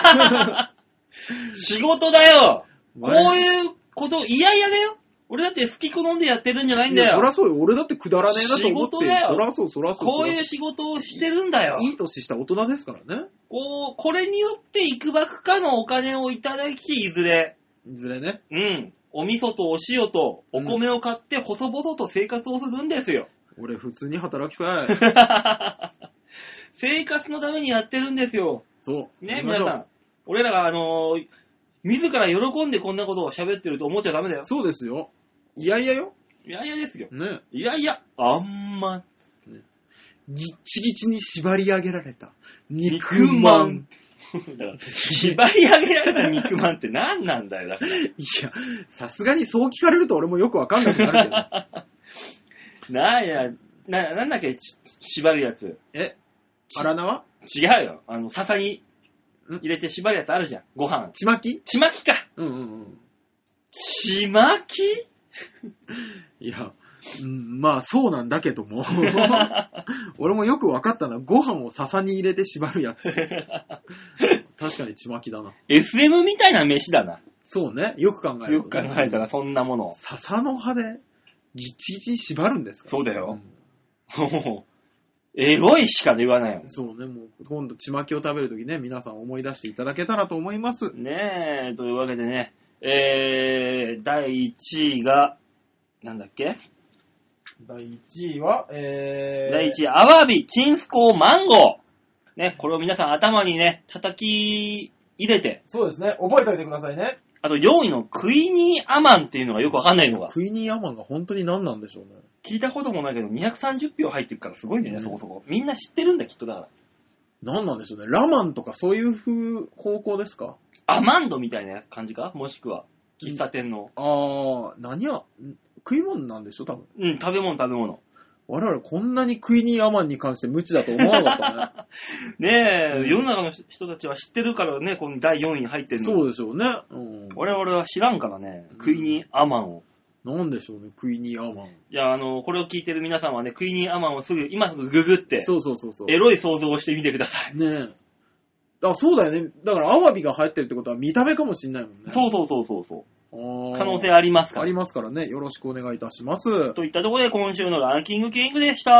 仕事だよ。こういうこと嫌々だよ。俺だって好き好んでやってるんじゃないんだよ。 そらそうよ。俺だってくだらねえなと思って。 仕事だよ。 そらそう、そらそう。 こういう仕事をしてるんだよ。 いい年した大人ですからね。 こう、これによっていくばくかのお金をいただき、いずれ。 いずれね。 うん。お味噌とお塩とお米を買って細々と生活をするんですよ。 うん、俺普通に働きたい。 生活のためにやってるんですよ。 そう。 ね、皆さん。俺らがあのー、自ら喜んでこんなことを喋ってると思っちゃダメだよ。 そうですよ。いやいやよ。 いやいやですよ。 ね。 いやいや、あんま。 ね、ぎっちぎちに縛り上げられた肉まん。 だから縛り上げられた肉まんって何なんだよ。だからいや、さすがにそう聞かれると俺もよくわかんなくなるけど。なや、な、なんだっけ、縛るやつ。 え荒縄違うよ。あの、笹に入れて縛るやつあるじゃん。ご飯。 ちまきちまきか。 うんうんうん。 ちまきいや、うん、まあそうなんだけども。俺もよくわかったな。ご飯を笹に入れて縛るやつ。確かにちまきだな。 エスエム みたいな飯だな。 そうね。よく考えると、ね。 よく考えたらそんなもの。 笹の葉でぎっちぎちに縛るんですか？ そうだよ。うん、もう、エロいしか言わないよ。 そうね。もう今度ちまきを食べるときね、皆さん思い出していただけたらと思います。 ねえ、というわけでね、えー、だいいちいが、なんだっけ？ だいいちいは、えー、 だいいちい、アワビ、チンスコー、マンゴー。ね、これを皆さん頭にね、叩き入れて。 そうですね。覚えておいてくださいね。 あとよんいのクイニーアマンっていうのがよくわかんないのが。 クイニーアマンが本当に何なんでしょうね。 聞いたこともないけど、にひゃくさんじゅっぴょう入ってるからすごいんだよね、うん、そこそこ。みんな知ってるんだ、きっとだから。 何なんでしょうね。ラマンとかそういう風方向ですか？ アマンドみたいな感じか？もしくは、喫茶店の。 うん、あー、何や、食い物なんでしょ多分。 うん、食べ物食べ物。 我々こんなにクイニーアマンに関して無知だと思わなかったね。ねえ、うん、世の中の人たちは知ってるからね、このだいよんいに入ってるの。 そうでしょうね。うん、 我々は知らんからね、クイニーアマンを。 なんでしょうね、クイニーアマン。いや、あの、これを聞いてる皆さんはね、クイニーアマンをすぐ、今すぐググって、 そうそうそうそう。 エロい想像をしてみてください。 ねえ。あ、そうだよね。だからアワビが入ってるってことは見た目かもしんないもんね。 そうそうそうそうそう。可能性ありますから。 ありますからね。よろしくお願いいたします。 といったところで今週のランキングキングでした。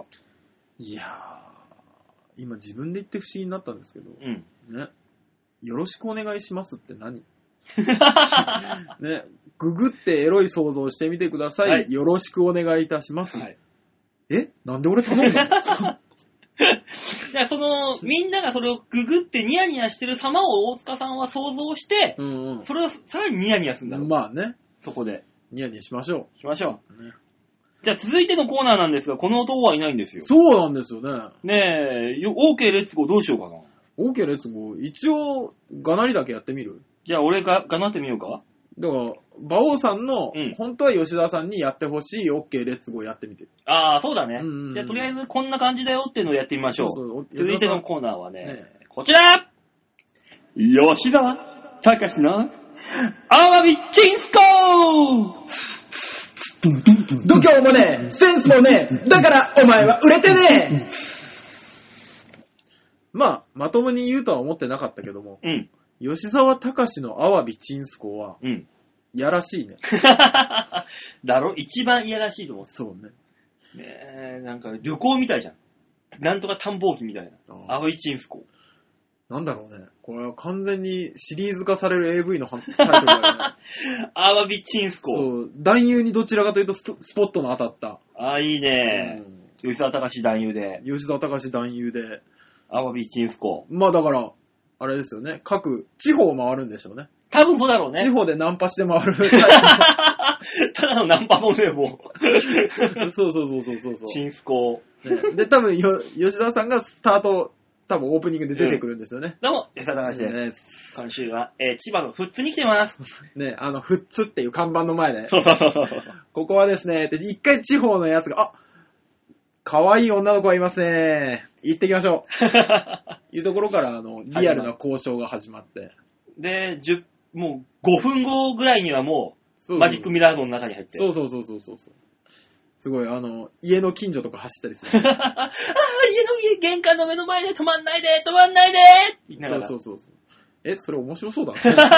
いやー、今自分で言って不思議になったんですけど、 うん。 ね。よろしくお願いしますって何ね。ググってエロい想像してみてください。はい、よろしくお願いいたします。はい、えなんで俺頼んだのいや、その、みんながそれをググってニヤニヤしてる様を大塚さんは想像して、 うんうん、 それをさらにニヤニヤするんだろう。 まあね。 そこで。 ニヤニヤしましょう。しましょう。ね、じゃあ続いてのコーナーなんですが、この男はいないんですよ。 そうなんですよね。 ねえ、OK レッツゴーどうしようかな。 OK レッツゴー、一応、がなりだけやってみる？ じゃあ俺が、がなってみようか。 だから、馬王さんの、うん、本当は吉田さんにやってほしい OK レッツゴーやってみて。 ああ、そうだね。うんうんうん、じゃあとりあえずこんな感じだよっていうのをやってみましょう。そうそう続いてのコーナーはね、ねこちら吉沢隆のアワビチンスコー度胸もねえ、センスもねえ、だからお前は売れてねえまあ、まともに言うとは思ってなかったけども、 うん。 吉沢隆のアワビチンスコーは、 うん。 やらしいね。 だろ？一番いやらしいと思う。 そうね。 ねえ、なんか旅行みたいじゃん。なんとか探訪機みたいな。アワビチンスコー。 なんだろうね。これは完全にシリーズ化される エーブイ のタイトルだよね。 アワビチンスコー。 そう。男優にどちらかというとスポットの当たった。 ああ、いいね、うん。吉沢隆男優で。 吉沢隆男優で。 アワビチンスコー。 まあだから、あれですよね。各地方を回るんでしょうね。 多分そうだろうね。 地方でナンパして回る。 ただのナンパもね、もう。そうそうそうそうそう。 チンスコー。ね、で、多分よ、吉沢さんがスタート、多分オープニングで出てくるんですよね。 うん、どうも、吉沢隆です。今週は、えー、千葉の富津に来てます。 ね、あの、富津っていう看板の前で。 そうそうそうそう。 ここはですね、で一回地方のやつが、あ、可愛い女の子がいますね。行ってきましょう。いうところから、あの、リアルな交渉が始まって。 で、じゅもうごふんごぐらいにはもう、マジックミラードの中に入って。 そうそうそうそうそうそう。すごい、あの、家の近所とか走ったりする。ああ、家の家、玄関の目の前で止まんないで、止まんないでってそうそうそうそう。え、それ面白そうだね。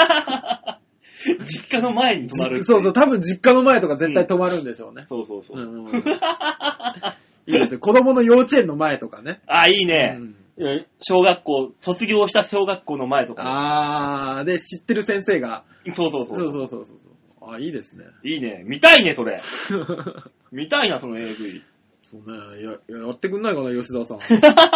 実家の前に止まる。 そうそう、多分実家の前とか絶対止まるんでしょうね。 うん、そうそうそう。うんうん、 いいですよ。子供の幼稚園の前とかね。 あ、いいね。うん、小学校、卒業した小学校の前とか。 あー、で、知ってる先生が。 そうそうそう。 そうそうそうそう。あ、いいですね。 いいね。見たいね、それ。見たいな、その エーブイ。 そうね。や、やってくんないかな、吉沢さん。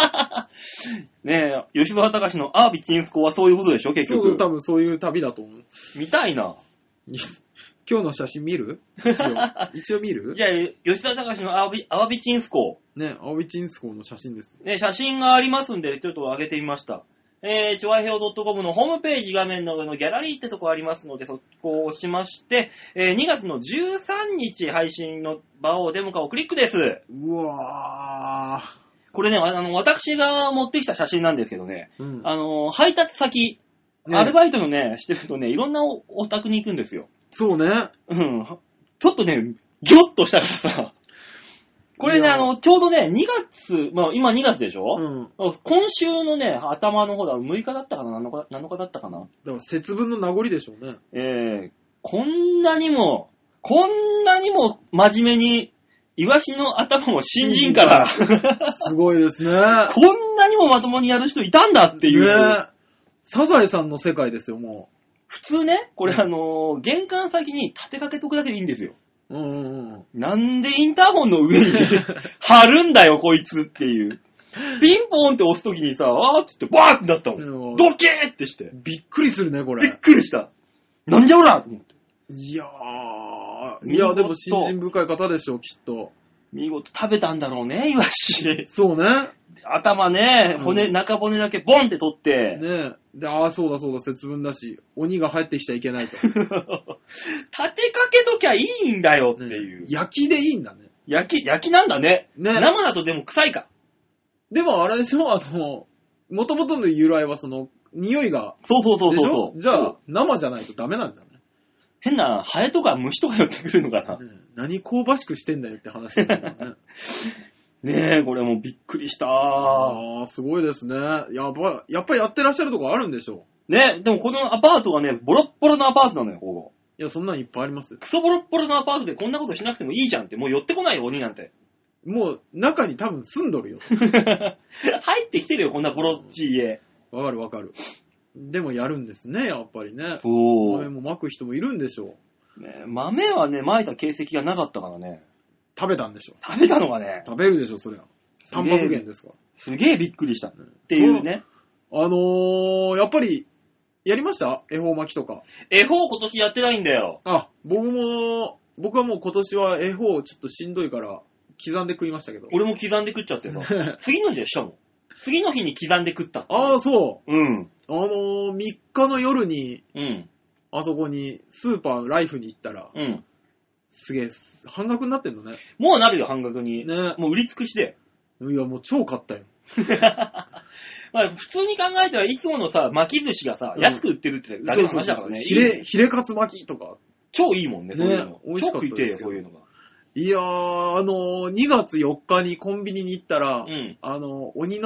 ねえ、吉沢隆のアービチンスコはそういうことでしょ、結局。 そうそう、多分そういう旅だと思う。 見たいな。 今日の写真見る一応。一応見るじゃあ、吉沢隆のアワビ、アワビチンスコね、アワビチンスコの写真です。 ね、写真がありますんで、ちょっと上げてみました。えー、ちょわへお .com のホームページ画面の上のギャラリーってとこありますので、そこを押しまして、えー、にがつのじゅうさんにち配信の場をデモ化をクリックです。 うわー。 これね、あの、私が持ってきた写真なんですけどね、 うん、 あの、配達先、ね、アルバイトのね、してるとね、いろんな お, お宅に行くんですよ。 そうね。 うん。ちょっとね、ギョッとしたからさ、これね、あの、ちょうどね、にがつ、まあ今にがつでしょ、うん、今週のね、頭の方だ、むいかだったかな、なのか、なのかだったかな。 でも節分の名残でしょうね。 えー、こんなにも、こんなにも真面目に、イワシの頭も新人から。 すごいですね。 こんなにもまともにやる人いたんだっていう。 ね、サザエさんの世界ですよ、もう。 普通ね、これあのー、玄関先に立てかけとくだけでいいんですよ。 うんうんうん、 なんでインターホンの上に貼るんだよ、こいつっていう。ピンポーンって押すときにさ、あーって言ってバーってなったもん。ドキーってして。 びっくりするね、これ。 びっくりした。なんじゃおらと思って。 いやー、いや、でも信心深い方でしょう、きっと。 見事食べたんだろうね、イワシ。 そうね。 頭ね、骨、うん、中骨だけボンって取って。 ねで、ああ、そうだそうだ、節分だし、鬼が入ってきちゃいけないと。 立てかけときゃいいんだよっていう。 ね、焼きでいいんだね。 焼き、焼きなんだね。ね。生だとでも臭いか。 でもあれでしょ、あの、元々の由来はその、匂いが。 そうそうそうそう。 じゃあ、生じゃないとダメなんじゃない？ 変なハエとか虫とか寄ってくるのかな、 ね、何香ばしくしてんだよって話だよね。 ねえ、これもうびっくりしたー。 あー、すごいですね。やばい。やっぱりやってらっしゃるとこあるんでしょう。ね、でもこのアパートはね、ボロッボロのアパートなのよ、ここ。 いや、そんなのいっぱいありますよ。 クソボロッボロのアパートでこんなことしなくてもいいじゃんって、もう寄ってこないよ、鬼なんて。 もう、中に多分住んどるよ。 入ってきてるよ、こんなボロっちい家。 わかるわかる。でもやるんですね、やっぱりね。 そう。 豆も巻く人もいるんでしょう。ね、豆はね、巻いた形跡がなかったからね。 食べたんでしょ。 食べたのがね。 食べるでしょ、そりゃ。タンパク源ですか。 すげえびっくりした。っていうね。 あのー、やっぱり、やりました恵方巻きとか。 恵方今年やってないんだよ。 あ、僕も、僕はもう今年は恵方ちょっとしんどいから、刻んで食いましたけど。 俺も刻んで食っちゃってさ。次の日でしたもん。次の日に刻んで食ったって。 ああ、そう。 うん。 あのー、みっかの夜に、 うん。 あそこに、スーパーライフに行ったら、 うん。 すげえ、半額になってんのね。 もうなるよ、半額に。 ね。 もう売り尽くしで。 いや、もう超買ったよ。 まあ、普通に考えたらいつものさ、巻き寿司がさ、うん、安く売ってるってだけの話だからね。 ヒレ、ヒレカツ巻きとか。 超いいもんね、そういうの。美味しかったです。超食いてえよ、そういうのが。 いやー、あのー、にがつよっかにコンビニに行ったら、 うん、 あのー、鬼の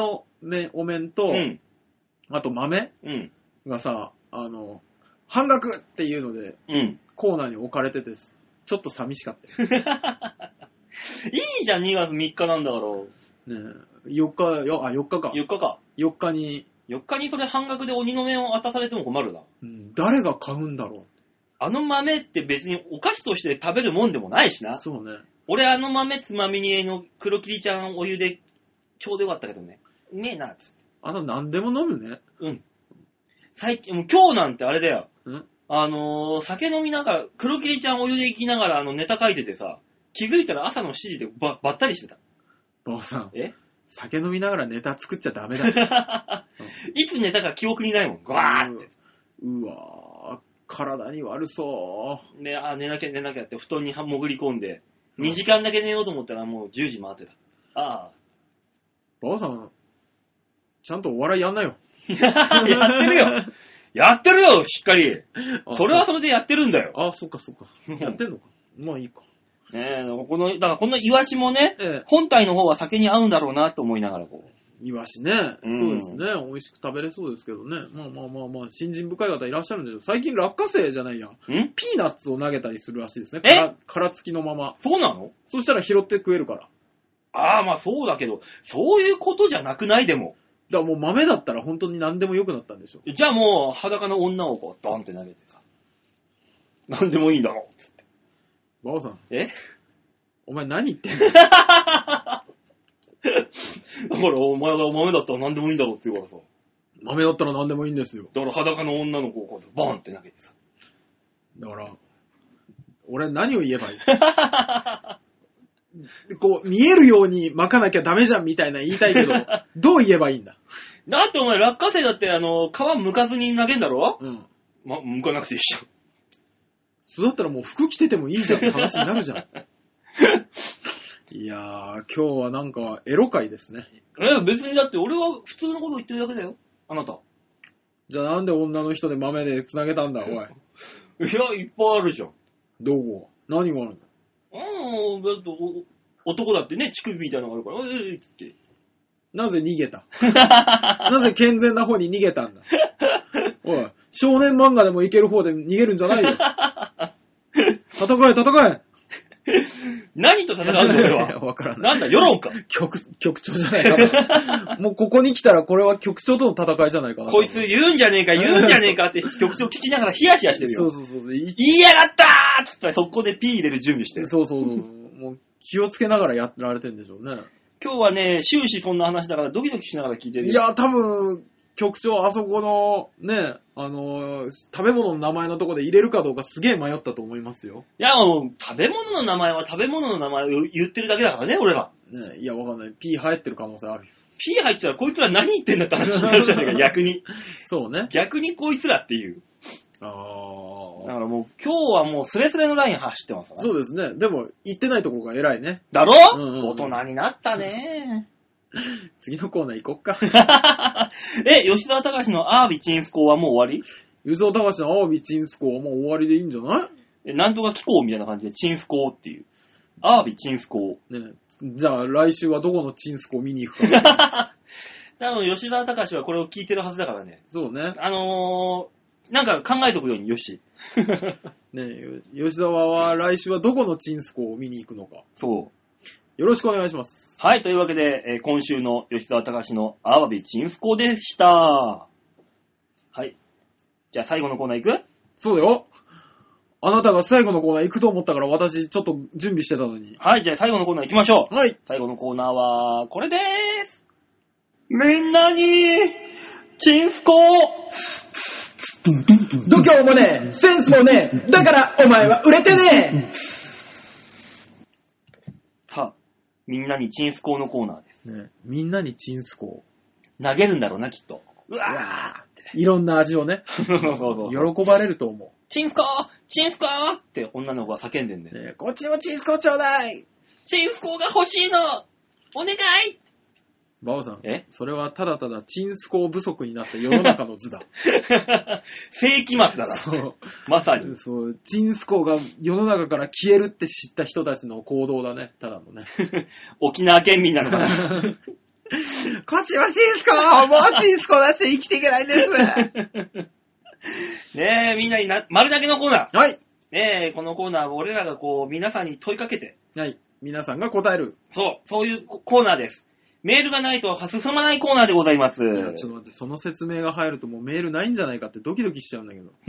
めお面と、 うん。 あと豆うん。 がさ、あの、半額っていうので、 うん。 コーナーに置かれてて、ちょっと寂しかったよ。 いいじゃん、にがつみっかなんだから。 ねえ、よっか、よ、あ、よっかか。 よっかか。 よっかに。 よっかにそれ半額で鬼の面を渡されても困るな。 うん、誰が買うんだろう。 あの豆って別にお菓子として食べるもんでもないしな。 そうね。 俺あの豆つまみにの黒霧ちゃんお湯でちょうどよかったけどね。うめえな、つって。 あの、何でも飲むね。 うん。最近、もう今日なんてあれだよ。 んあのー、酒飲みながら、黒霧ちゃんお湯で行きながらあのネタ書いててさ、気づいたら朝のしちじでば、ばったりしてた。 ばあさん。 え酒飲みながらネタ作っちゃダメだ。 いつ寝たか記憶にないもん。ガーって。 うわぁ、体に悪そで、あ、寝なきゃ寝なきゃって布団に潜り込んで、にじかんだけ寝ようと思ったらもうじゅうじ回ってた。ああ。 う。ばあさん、ちゃんとお笑いやんなよ。 やってるよ。やってるよ、しっかり。それはそれでやってるんだよ。 あ、そっかそっか。やってんのか。まあいいか。 ねえ、この、だからこのイワシもね、 ええ、 本体の方は酒に合うんだろうなと思いながらこう。イワシね、うん。そうですね。美味しく食べれそうですけどね。まあまあまあまあ、信心深い方いらっしゃるんでしょ。最近落花生じゃないや。んピーナッツを投げたりするらしいですね。 え殻付きのまま。 そうなの？ そしたら拾って食えるから。 ああ、まあそうだけど、そういうことじゃなくないでも。 だからもう豆だったら本当に何でも良くなったんでしょ。 じゃあもう裸の女をこうドンって投げてさ。何でもいいんだろう。つって。 バオさん。 えお前何言ってんの？だからお前が豆だったら何でもいいんだろうって言うからさ。 豆だったら何でもいいんですよ。 だから裸の女の子をこうボンって投げてさ。 だから、俺何を言えばいい？こう、見えるように巻かなきゃダメじゃんみたいな言いたいけど、どう言えばいいんだ？ だってお前落花生だってあの、皮剥かずに投げんだろ？ うん。 ま、剥かなくていいじゃん。 そうだったらもう服着ててもいいじゃんって話になるじゃん。いやー、今日はなんかエロ会ですね。 え、別にだって俺は普通のこと言ってるだけだよ。あなた。 じゃあなんで女の人で豆で繋げたんだ、おい。 いや、いっぱいあるじゃん。 どこ？何があるんだ？ うん、だって男だってね、乳首みたいなのがあるから、ええー、つって。 なぜ逃げた？なぜ健全な方に逃げたんだ？おい、少年漫画でもいける方で逃げるんじゃないよ。戦え、戦え。 何と戦うんだ俺は。 わからない。 なんだ、世論か。 局、局長じゃないかな。もうここに来たらこれは局長との戦いじゃないかな。 こいつ言うんじゃねえか、言うんじゃねえかって局長聞きながらヒヤヒヤしてるよ。 そうそうそう。言いやがったーっつったら速攻でピー入れる準備してる。 そうそうそう。もう気をつけながらやられてるんでしょうね。 今日はね、終始そんな話だからドキドキしながら聞いてるよ。 いや、多分、局長、あそこの、ね、あのー、食べ物の名前のとこで入れるかどうかすげえ迷ったと思いますよ。 いや、もう、食べ物の名前は食べ物の名前を言ってるだけだからね、俺ら。 ね、いや、わかんない。P 入ってる可能性あるよ。 P 入ってたらこいつら何言ってんだって話になるじゃないか、逆に。 そうね。 逆にこいつらっていう。 ああ。 だからもう、今日はもうスレスレのライン走ってますからね。 そうですね。でも、言ってないところが偉いね。 だろ、 うんうんうん、 大人になったね。 次のコーナー行こっか。 え、吉沢隆のアービチンスコーはもう終わり？ 吉沢隆のアービチンスコーはもう終わりでいいんじゃない？ え、なんとか機構みたいな感じでチンスコーっていう。アービチンスコー。 ね、じゃあ来週はどこのチンスコー見に行くか。 多分吉沢隆はこれを聞いてるはずだからね。 そうね。 あのー、なんか考えとくようによし。 ね、吉沢は来週はどこのチンスコーを見に行くのか。 そう。 よろしくお願いします。 はい、というわけで、えー、今週の吉沢隆のアワビチンスコでした。はい。じゃあ最後のコーナー行く？ そうだよ。あなたが最後のコーナー行くと思ったから私ちょっと準備してたのに。 はい、じゃあ最後のコーナー行きましょう。 はい。 最後のコーナーは、これでーす。みんなに、チンスコ度胸もねえ、センスもねえ、だからお前は売れてねえ。 さあ、みんなにチンスコのコーナーです。 ね、みんなにチンスコ投げるんだろうな、きっと。うわーって。 いろんな味をね。 そうそうそう。 喜ばれると思う。 チンスコーチンスコーって女の子が叫んでんで、 ね。こっちもチンスコちょうだい。 チンスコが欲しいのお願い。 バオさん、 えそれはただただチンスコ不足になった世の中の図だ。 世紀末だな。 そう。 まさに。 そう、チンスコが世の中から消えるって知った人たちの行動だね。ただのね。 沖縄県民なのかな。 こっちはチンスコもうチンスコ出して生きていけないんですねえ、みんなにな、丸だけのコーナー。 はい。 ねえ、このコーナーは俺らがこう、皆さんに問いかけて。 はい。皆さんが答える。 そう、そういうコーナーです。メールがないと進まないコーナーでございます。いや、ちょっと待って、その説明が入るともうメールないんじゃないかってドキドキしちゃうんだけど。 うん、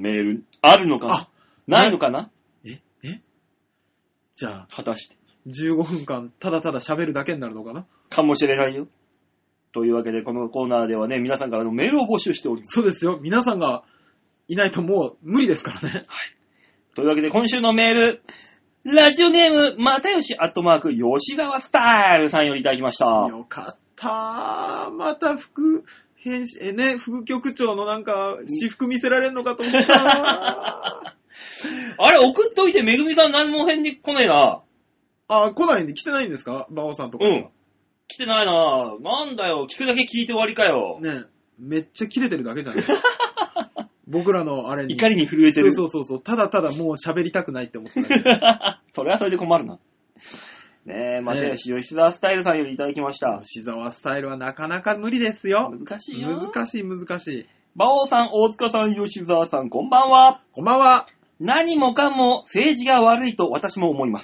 メール、あるのかなあ、ないのかなええじゃあ、 果たして。 じゅうごふんかんただただ喋るだけになるのかなかもしれないよ。というわけで、このコーナーではね、皆さんからのメールを募集しております。 そうですよ。皆さんがいないともう無理ですからね。はい。 というわけで、今週のメール、ラジオネーム、またよし、アットマーク、吉沢スタイルさんよりいただきました。 よかったー。また副、編集、えね、副局長のなんか、私服見せられるのかと思ったなあれ、送っといて、めぐみさん何も返事来ねえな。 あ、来ないんで、来てないんですかバオさんとか。 うん。来てないな。なんだよ、聞くだけ聞いて終わりかよ。 ねめっちゃキレてるだけじゃない僕らのあれに。 怒りに震えてる。 そうそうそう。ただただもう喋りたくないって思ってた。それはそれで困るな。ねえ、またよし、吉沢スタイルさんよりいただきました。 吉沢スタイルはなかなか無理ですよ。 難しいよ。 難しい難しい。 馬王さん、大塚さん、吉沢さん、こんばんは。 こんばんは。 何もかも政治が悪いと私も思います。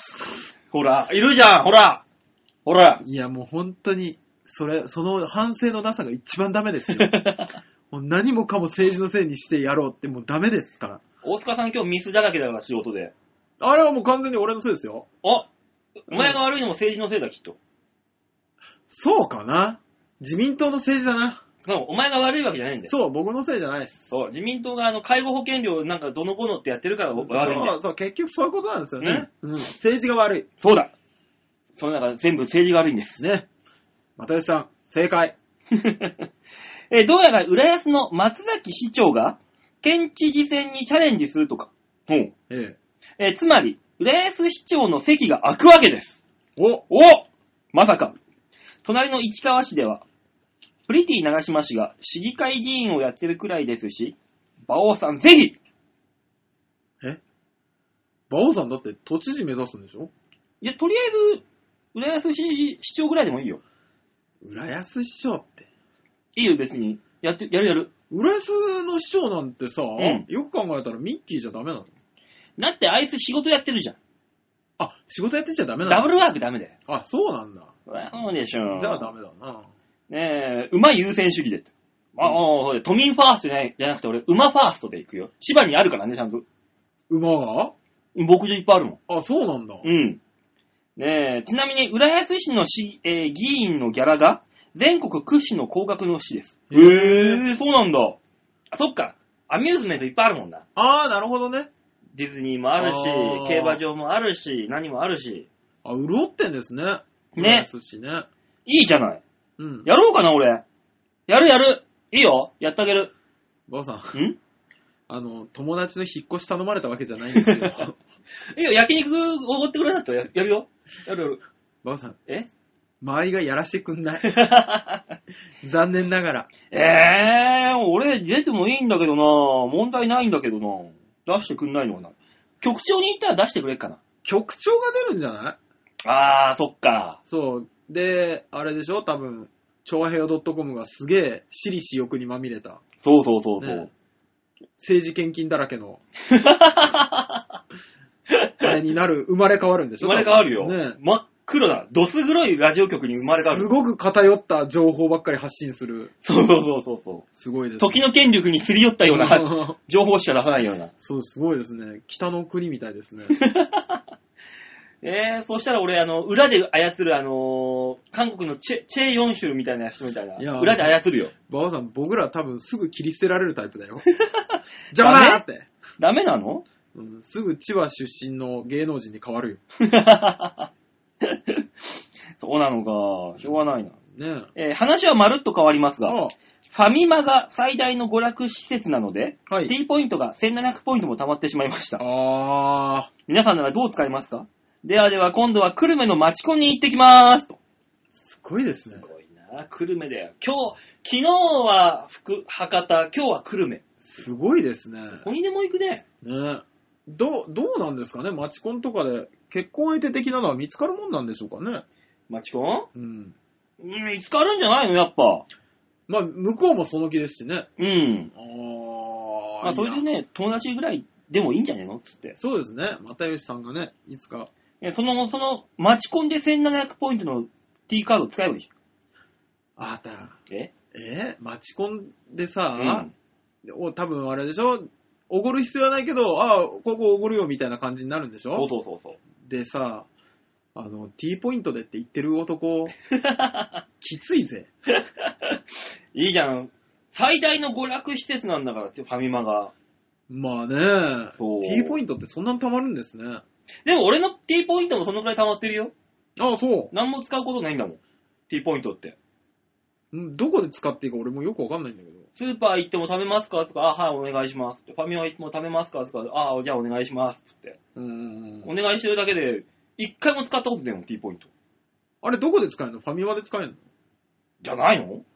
ほら、いるじゃん、ほら。ほら。 いや、もう本当に、それ、その反省のなさが一番ダメですよ。もう何もかも政治のせいにしてやろうってもうダメですから。 大塚さん今日ミスだらけだから仕事で。 あれはもう完全に俺のせいですよ。 あ、お前が悪いのも政治のせいだ、きっと。 そうかな。自民党の政治だな。 そう、お前が悪いわけじゃないんだよ。 そう、僕のせいじゃないです。 そう、自民党があの介護保険料なんかどのこのってやってるから悪いんだよ。 そう、そう、結局そういうことなんですよね。うん。うん、政治が悪い。 そうだ。その中全部政治が悪いんです。 ね。又吉さん、正解。 えー、どうやら浦安の松崎市長が県知事選にチャレンジするとか。うん。ええー、つまり、浦安市長の席が空くわけです。 おおまさか。隣の市川市では、プリティ長島市が市議会議員をやってるくらいですし、馬王さんぜひえ馬王さんだって都知事目指すんでしょ？ いや、とりあえず、浦安市市長ぐらいでもいいよ。 浦安市長って。 いいよ、別に。やって、やるやる。 浦安の市長なんてさ、 うん、 よく考えたらミッキーじゃダメなの？ だってあいつ仕事やってるじゃん。 あ、仕事やってちゃダメなの？ ダブルワークダメだよ。 あ、そうなんだ。 そうでしょ。 じゃあダメだな。 ねえ、馬優先主義でって。あ、あ、都民ファーストじゃない、じゃなくて俺、馬ファーストで行くよ。千葉にあるからね、ちゃんと。 馬が？ 牧場いっぱいあるもん。 あ、そうなんだ。 うん。ねえ、ちなみに、浦安市の市、えー、議員のギャラが、全国屈指の高額の市です。へえ、そうなんだ。あ、そっか。アミューズメントいっぱいあるもんな。 あー、なるほどね。 ディズニーもあるし、競馬場もあるし、何もあるし。 あ、潤ってんですね。 ね。 浦安市ね。 いいじゃない。 うん。 やろうかな、俺。やるやる。いいよ。やってあげる。 ばあさん。 んあの、友達の引っ越し頼まれたわけじゃないんですよ。 いいよ、焼肉おごってくれなったらやるよ。やるやる。 ばあさん。 え周りがやらしてくんない。残念ながら。 えー、俺出てもいいんだけどな。問題ないんだけどな。出してくんないのかな。局長に行ったら出してくれっかな。 局長が出るんじゃない？ あー、そっか。 そう。で、あれでしょ多分、チョアヘヨ .com がすげえ私利私欲にまみれた。 そうそうそうそう。 ね、政治献金だらけの。あれになる、生まれ変わるんでしょ？ 生まれ変わるよ。 ね、 真っ黒だ。どす黒いラジオ局に生まれ変わる。 すごく偏った情報ばっかり発信する。 そうそうそうそうそう。 すごいです、ね。 時の権力にすり寄ったような情報しか出さないような。 そう、すごいですね。北の国みたいですね。 えー、そしたら俺、あの、裏で操る、あのー、韓国のチェ、チェヨンシュルみたいな人みたいな。いや裏で操るよ。 馬場さん、僕ら多分すぐ切り捨てられるタイプだよ。邪魔だって。 ダメなの？ うん、すぐ千葉出身の芸能人に変わるよ。 そうなのか。しょうがないな。 ねえー、話はまるっと変わりますが、 ああファミマが最大の娯楽施設なので、 はい、 T ポイントがせんななひゃくポイントも貯まってしまいました。 あ皆さんならどう使いますか？ではでは今度は久留米の町コンに行ってきまーすと。 すごいですね。 すごいな。久留米だよ。今日、昨日は福博多、今日は久留米。 すごいですね。 どこにでも行くね。 ねどう、どうなんですかねマチコンとかで結婚相手的なのは見つかるもんなんでしょうかね。 マチコン？ うん。 うん、見つかるんじゃないのやっぱ。 まあ、向こうもその気ですしね。 うん。 あまあ、それでね、友達ぐらいでもいいんじゃねえのつって。 そうですね。又吉さんがね、いつか。 いや、その、その、待ち込んでせんななひゃくポイントの T カード使えばいいじゃん。あた。 ええ待ち込んでさ、うん、お多分あれでしょおごる必要はないけど、ああ、ここおごるよみたいな感じになるんでしょ。 そうそうそうそう。 でさ、あの、T ポイントでって言ってる男、きついぜ。 いいじゃん。最大の娯楽施設なんだから、ファミマが。 まあね、T ポイントってそんなに溜まるんですね。 でも俺の T ポイントもそのくらい溜まってるよ。 ああ、そう。 何も使うことないんだもん。T ポイントって。 どこで使っていいか俺もよくわかんないんだけど。 スーパー行っても食べますかとか、あ、はい、お願いしますって。ファミマ行っても食べますかとか、あ、じゃあお願いしますって。うん。お願いしてるだけで、一回も使ったことないもん、T ポイント。 あれどこで使えるの？ファミマで使えるの？じゃないの？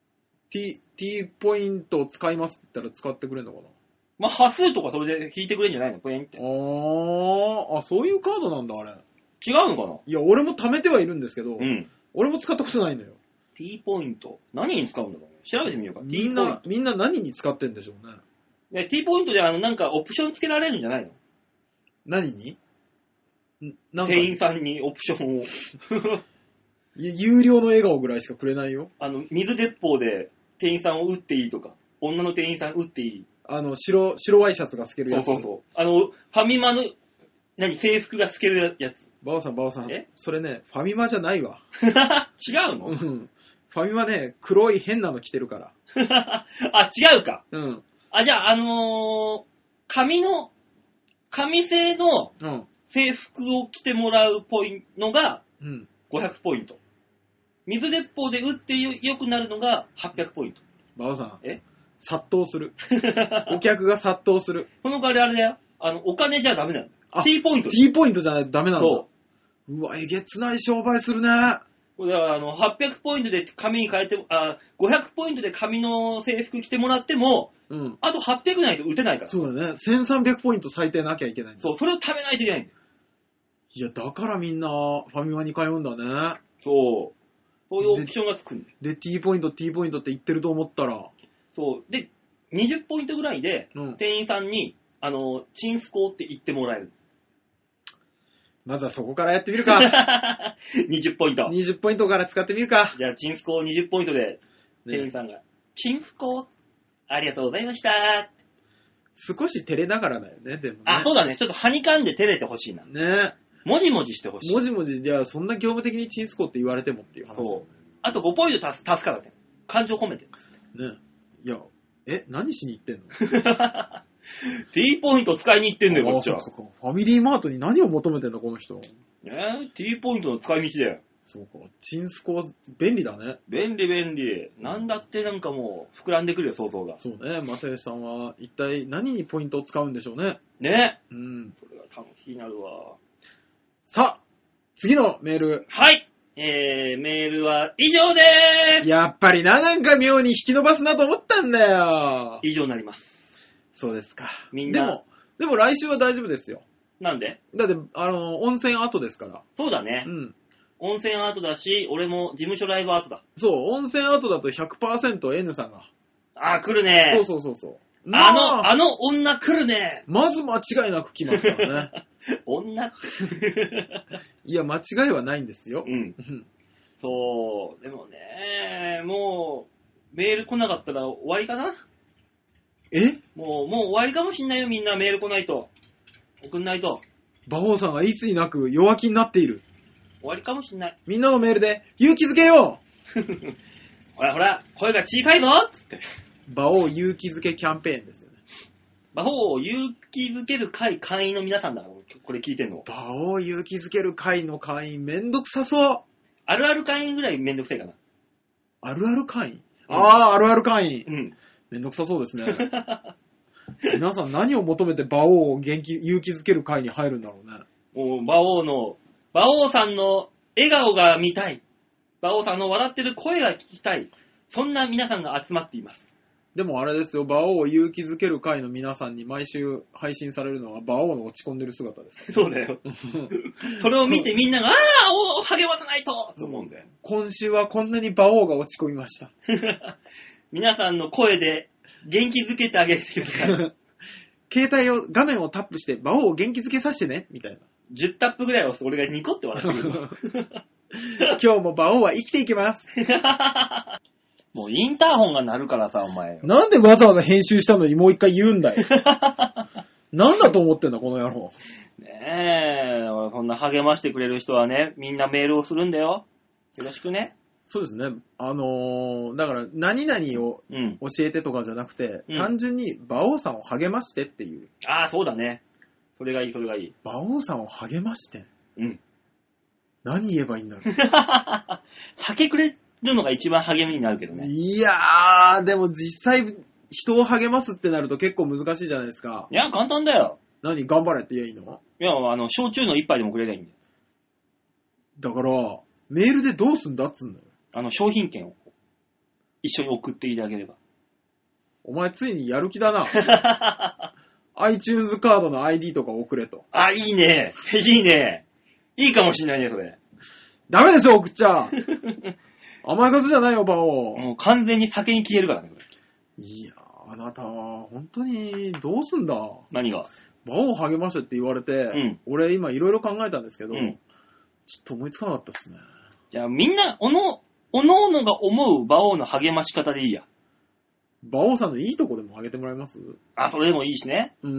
T、T ポイントを使いますって言ったら使ってくれるのかな？ まあ、端数とかそれで引いてくれるんじゃないの？ポインって。 あー、あ、そういうカードなんだ、あれ。 違うのかな？ いや、俺も貯めてはいるんですけど、 うん。 俺も使ったことないんだよ。 T ポイント。何に使うんだろうね。調べてみようか。 みんな、みんな何に使ってんでしょうね。 ね、T ポイントであの、なんかオプションつけられるんじゃないの？ 何に？ なんか店員さんにオプションを。 有料の笑顔ぐらいしかくれないよ。 あの、水鉄砲で店員さんを撃っていいとか、女の店員さん撃っていい。 あの、白、白ワイシャツが透けるやつ。 そうそうそう。あの、ファミマの、何、制服が透けるやつ。 バオさん、バオさん。えそれね、ファミマじゃないわ。 違うの？ うん。ファミマね、黒い変なの着てるから。 あ、違うか。 うん。 あ、じゃあ、あのー、紙の、紙製の制服を着てもらうポイントがごひゃくポイント。水鉄砲で撃ってよくなるのがはっぴゃくポイント。 バオさん。 え殺到する。お客が殺到する。 この代わりあれだよ。あの、お金じゃダメなの。T ポイント。 T ポイントじゃないとダメなの。そう。うわ、えげつない商売するね。 これはあの、はっぴゃくポイントで紙に変えて、あ、ごひゃくポイントで紙の制服着てもらっても、うん。あとはっぴゃくないと打てないから。 そうだね。せんさんびゃくポイント最低なきゃいけないんだ。 そう、それを食べないといけないんだよ。 いや、だからみんなファミマに通うんだね。 そう。そういうオプションがつくんだよ。 で、T ポイント、T ポイントって言ってると思ったら。 そう。で、にじゅうポイントぐらいで、うん、店員さんに、あの、チンスコーって言ってもらえる。 まずはそこからやってみるか。 にじゅうポイント。 にじゅうポイントから使ってみるか。 じゃあ、チンスコーにじゅうポイントで、店員さんが、ね、チンスコーありがとうございました。 少し照れながらだよね、でもね。 あ、そうだね。ちょっとはにかんで照れてほしいな。 ね。 もじもじしてほしい。 もじもじ、いや、そんな業務的にチンスコーって言われてもっていう話。そう。 あとごポイント足す、足すからね。感情込めてる。ね。いや、え、何しに行ってんの T ポイント使いに行ってんだよ、こっちは。 そうか。ファミリーマートに何を求めてんだ、この人。 え T ポイントの使い道だよ。 そうか。チンスコ便利だね。 便利便利。なんだってなんかもう膨らんでくるよ、想像が。 そうね。又吉さんは一体何にポイントを使うんでしょうね。 ね。 うん。 それが楽しいなるわ。 さあ、次のメール。 はい。えー、メールは以上でーす。 やっぱりな、なんか妙に引き伸ばすなと思ったんだよ。 以上になります。 そうですか。 みんな。 でも、でも来週は大丈夫ですよ。 なんで？ だって、あの、温泉後ですから。 そうだね。うん。温泉アートだし、俺も事務所ライブアートだ。 そう、温泉アートだと ひゃくパーセントN さんが。 あー、来るね。 そうそうそうそう。 あの、あの女来るね。 まず間違いなく来ますからね。 女って。 いや、間違いはないんですよ。 うん。そう。でもね、もう、メール来なかったら終わりかな？ え？ もう、もう終わりかもしんないよ、みんなメール来ないと。送んないと。 馬王さんがいつになく弱気になっている。 終わりかもしんない。 みんなのメールで勇気づけようほらほら、声が小さいぞつって。 馬王勇気づけキャンペーンですよね。 馬王勇気づける会会員の皆さんだから、これ聞いてんの。 馬王勇気づける会の会員めんどくさそう。 あるある会員ぐらいめんどくさいかな。 あるある会員、うん、ああ、あるある会員。 うん。 めんどくさそうですね。皆さん何を求めて馬王を元気、勇気づける会に入るんだろうね。 もう馬王の、馬王さんの笑顔が見たい。馬王さんの笑ってる声が聞きたい。そんな皆さんが集まっています。 でもあれですよ、馬王を勇気づける会の皆さんに毎週配信されるのは馬王の落ち込んでる姿です、ね。 そうだよ。それを見てみんなが、ああ、励まさないとと思うんだよ。 今週はこんなに馬王が落ち込みました。 皆さんの声で元気づけてあげてください。 携帯を、画面をタップして馬王を元気づけさせてね、みたいな。 じゅうタップぐらいを俺がニコって笑ってくる。 今日も馬王は生きていきます。 もうインターホンが鳴るからさ、お前。 なんでわざわざ編集したのにもう一回言うんだよ。なんだと思ってんだ、この野郎。 ねえ、そんな励ましてくれる人はね、みんなメールをするんだよ。よろしくね。 そうですね。あのー、だから、何々を教えてとかじゃなくて、うん、単純に馬王さんを励ましてっていう。 ああ、そうだね。それがいい、それがいい。 馬王さんを励まして。 うん。 何言えばいいんだろう。 酒くれるのが一番励みになるけどね。 いやー、でも実際、人を励ますってなると結構難しいじゃないですか。 いや、簡単だよ。 何頑張れって言えばいいの？ いや、あの、焼酎の一杯でもくれりゃいいんだよ。 だから、メールでどうすんだっつうんだよ。 あの、商品券を一緒に送っていただければ。 お前ついにやる気だな。iTunes カードの アイディー とか送れと。 あ、いいね。いいね。いいかもしんないね、それ。 ダメですよ、送っちゃ。甘い数じゃないよ、バオ。 もう完全に酒に消えるからね、これ。 いやー、あなたは、本当に、どうすんだ。 何が？ バオを励ましてって言われて、うん、俺今いろいろ考えたんですけど、うん、ちょっと思いつかなかったっすね。 じゃあみんな、おの、おのおのが思う馬王の励まし方でいいや。 馬王さんのいいとこでもあげてもらえます？ あ、それでもいいしね。 うん。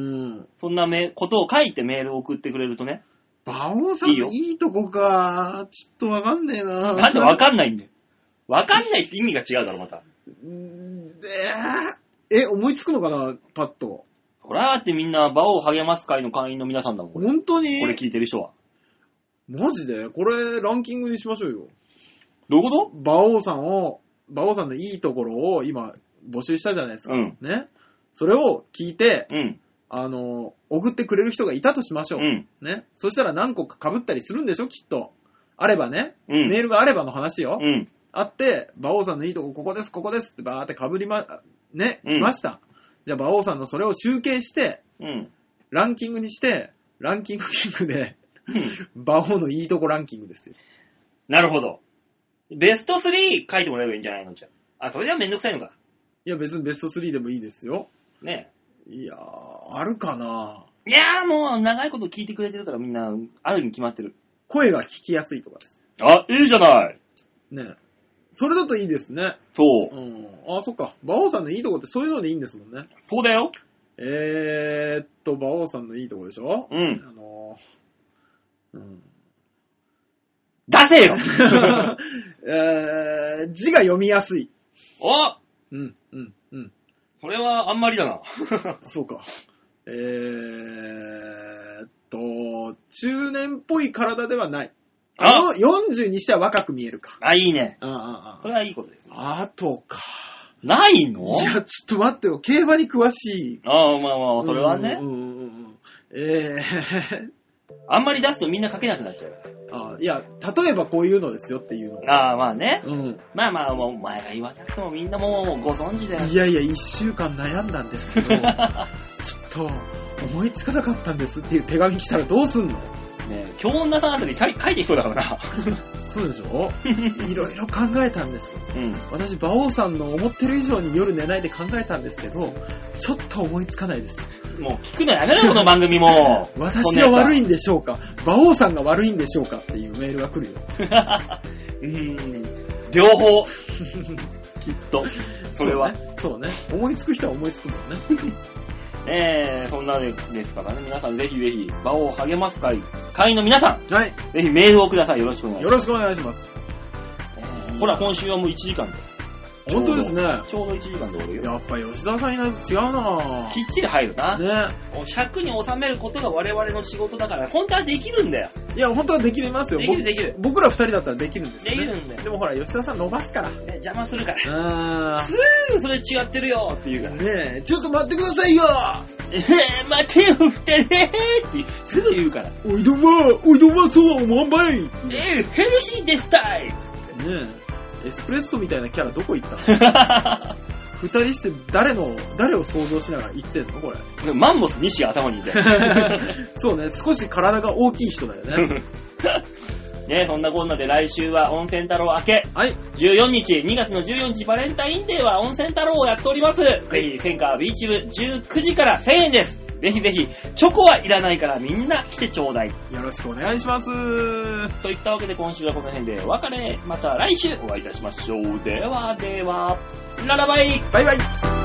そんなめことを書いてメールを送ってくれるとね。 馬王さんのいいとこか。ちょっとわかんねえな。 なんでわかんないんだよ。わかんないって意味が違うだろ、また。 んでえ、思いつくのかな、パッと。 そらーってみんな馬王を励ます会の会員の皆さんだもん。これ本当に？ これ聞いてる人は。 マジで？これランキングにしましょうよ。 どういうこと？ 馬王さんを、馬王さんのいいところを今募集したじゃないですか。 うん。 ね。それを聞いて、 うん。 あの、送ってくれる人がいたとしましょう。 うん。 ね。そしたら何個か被ったりするんでしょ、きっと。あればね。 うん。 メールがあればの話よ。 うん。 あって、馬王さんのいいとこここです、ここですってバーって被りま、ね、 うん、 来ました。じゃあ馬王さんのそれを集計して、 うん。 ランキングにして、ランキングキングで、馬王のいいとこランキングですよ。 なるほど。ベストスリー書いてもらえばいいんじゃないのじゃあ。あ、それじゃめんどくさいのか。 いや別にベストスリーでもいいですよ。 ねえ。いやー、あるかな。 いやーもう長いこと聞いてくれてるからみんな、あるに決まってる。 声が聞きやすいとかです。 あ、いいじゃない。 ねえ。それだといいですね。 そう。 うん。あ、そっか。馬王さんのいいとこってそういうのでいいんですもんね。 そうだよ。 えーっと、馬王さんのいいとこでしょ？ うん。 あのー、うん。 出せよえー、字が読みやすい。 お！ うん、うん、うん。 それはあんまりだな。 そうか。えーっと、中年っぽい体ではない。あの、よんじゅうにしては若く見えるか。 あ、いいね。 あああそれはいいことですね。 あとか。 ないの？ いや、ちょっと待ってよ。競馬に詳しい。 ああ、まあまあ、それはね。 うんうんうん、えー。 あんまり出すとみんな書けなくなっちゃう。 あいや、例えばこういうのですよっていうの。 ああ、まあね。 うん。 まあまあ、もうお前が言わなくてもみんなもうご存知だよ。 いやいや、一週間悩んだんですけど、ちょっと思いつかなかったんですっていう手紙来たらどうすんの？ ねえ、京女さんあたり書いてきそうだからな。 そうでしょ？いろいろ考えたんです。 うん。 私、馬王さんの思ってる以上に夜寝ないで考えたんですけど、ちょっと思いつかないです。 もう聞くのやめろよ、この番組も。 私が悪いんでしょうか？馬王さんが悪いんでしょうかっていうメールが来るよ。 うーん。両方。きっと。それは。 そうね。そうね。思いつく人は思いつくもんね。 えー、そんなですからね、皆さんぜひぜひ、馬王を励ます会、会員の皆さん、 はい。 ぜひメールをください。よろしくお願いします。 よろしくお願いします。 えー、ほら、今週はもういちじかんで。 本当ですね。 ちょうどいちじかんで終わるよ。 やっぱ吉沢さんいないと違うなぁ。 きっちり入るな。 ね。 ひゃくに収めることが我々の仕事だから、本当はできるんだよ。 いや、本当はできますよ。 できるできる。 僕ら二人だったらできるんですよね。 できるんだよ。 でもほら、吉沢さん伸ばすから。 ね、邪魔するから。 あー。 すぐそれ違ってるよって言うから。 ねえ、ちょっと待ってくださいよえー、待てよ、二人ってすぐ言うから。 おいどま、おいどまそう、おまんばい。 えー、ヘルシーですたい。ねえ。エスプレッソみたいなキャラどこ行ったの？ 二人して誰の、誰を想像しながら言ってんのこれ。 マンモス西が頭にいて。 そうね、少し体が大きい人だよね。 ね、そんなこんなで来週は温泉太郎明け。はい。じゅうよっか、にがつのじゅうよっかバレンタインデーは温泉太郎をやっております。ぜひ、センカービーチ部じゅうくじからせんえんです。ぜひぜひ、チョコはいらないからみんな来てちょうだい。 よろしくお願いします。 といったわけで今週はこの辺でお別れ。また来週お会いいたしましょう。ではでは、ララバイ。 バイバイ。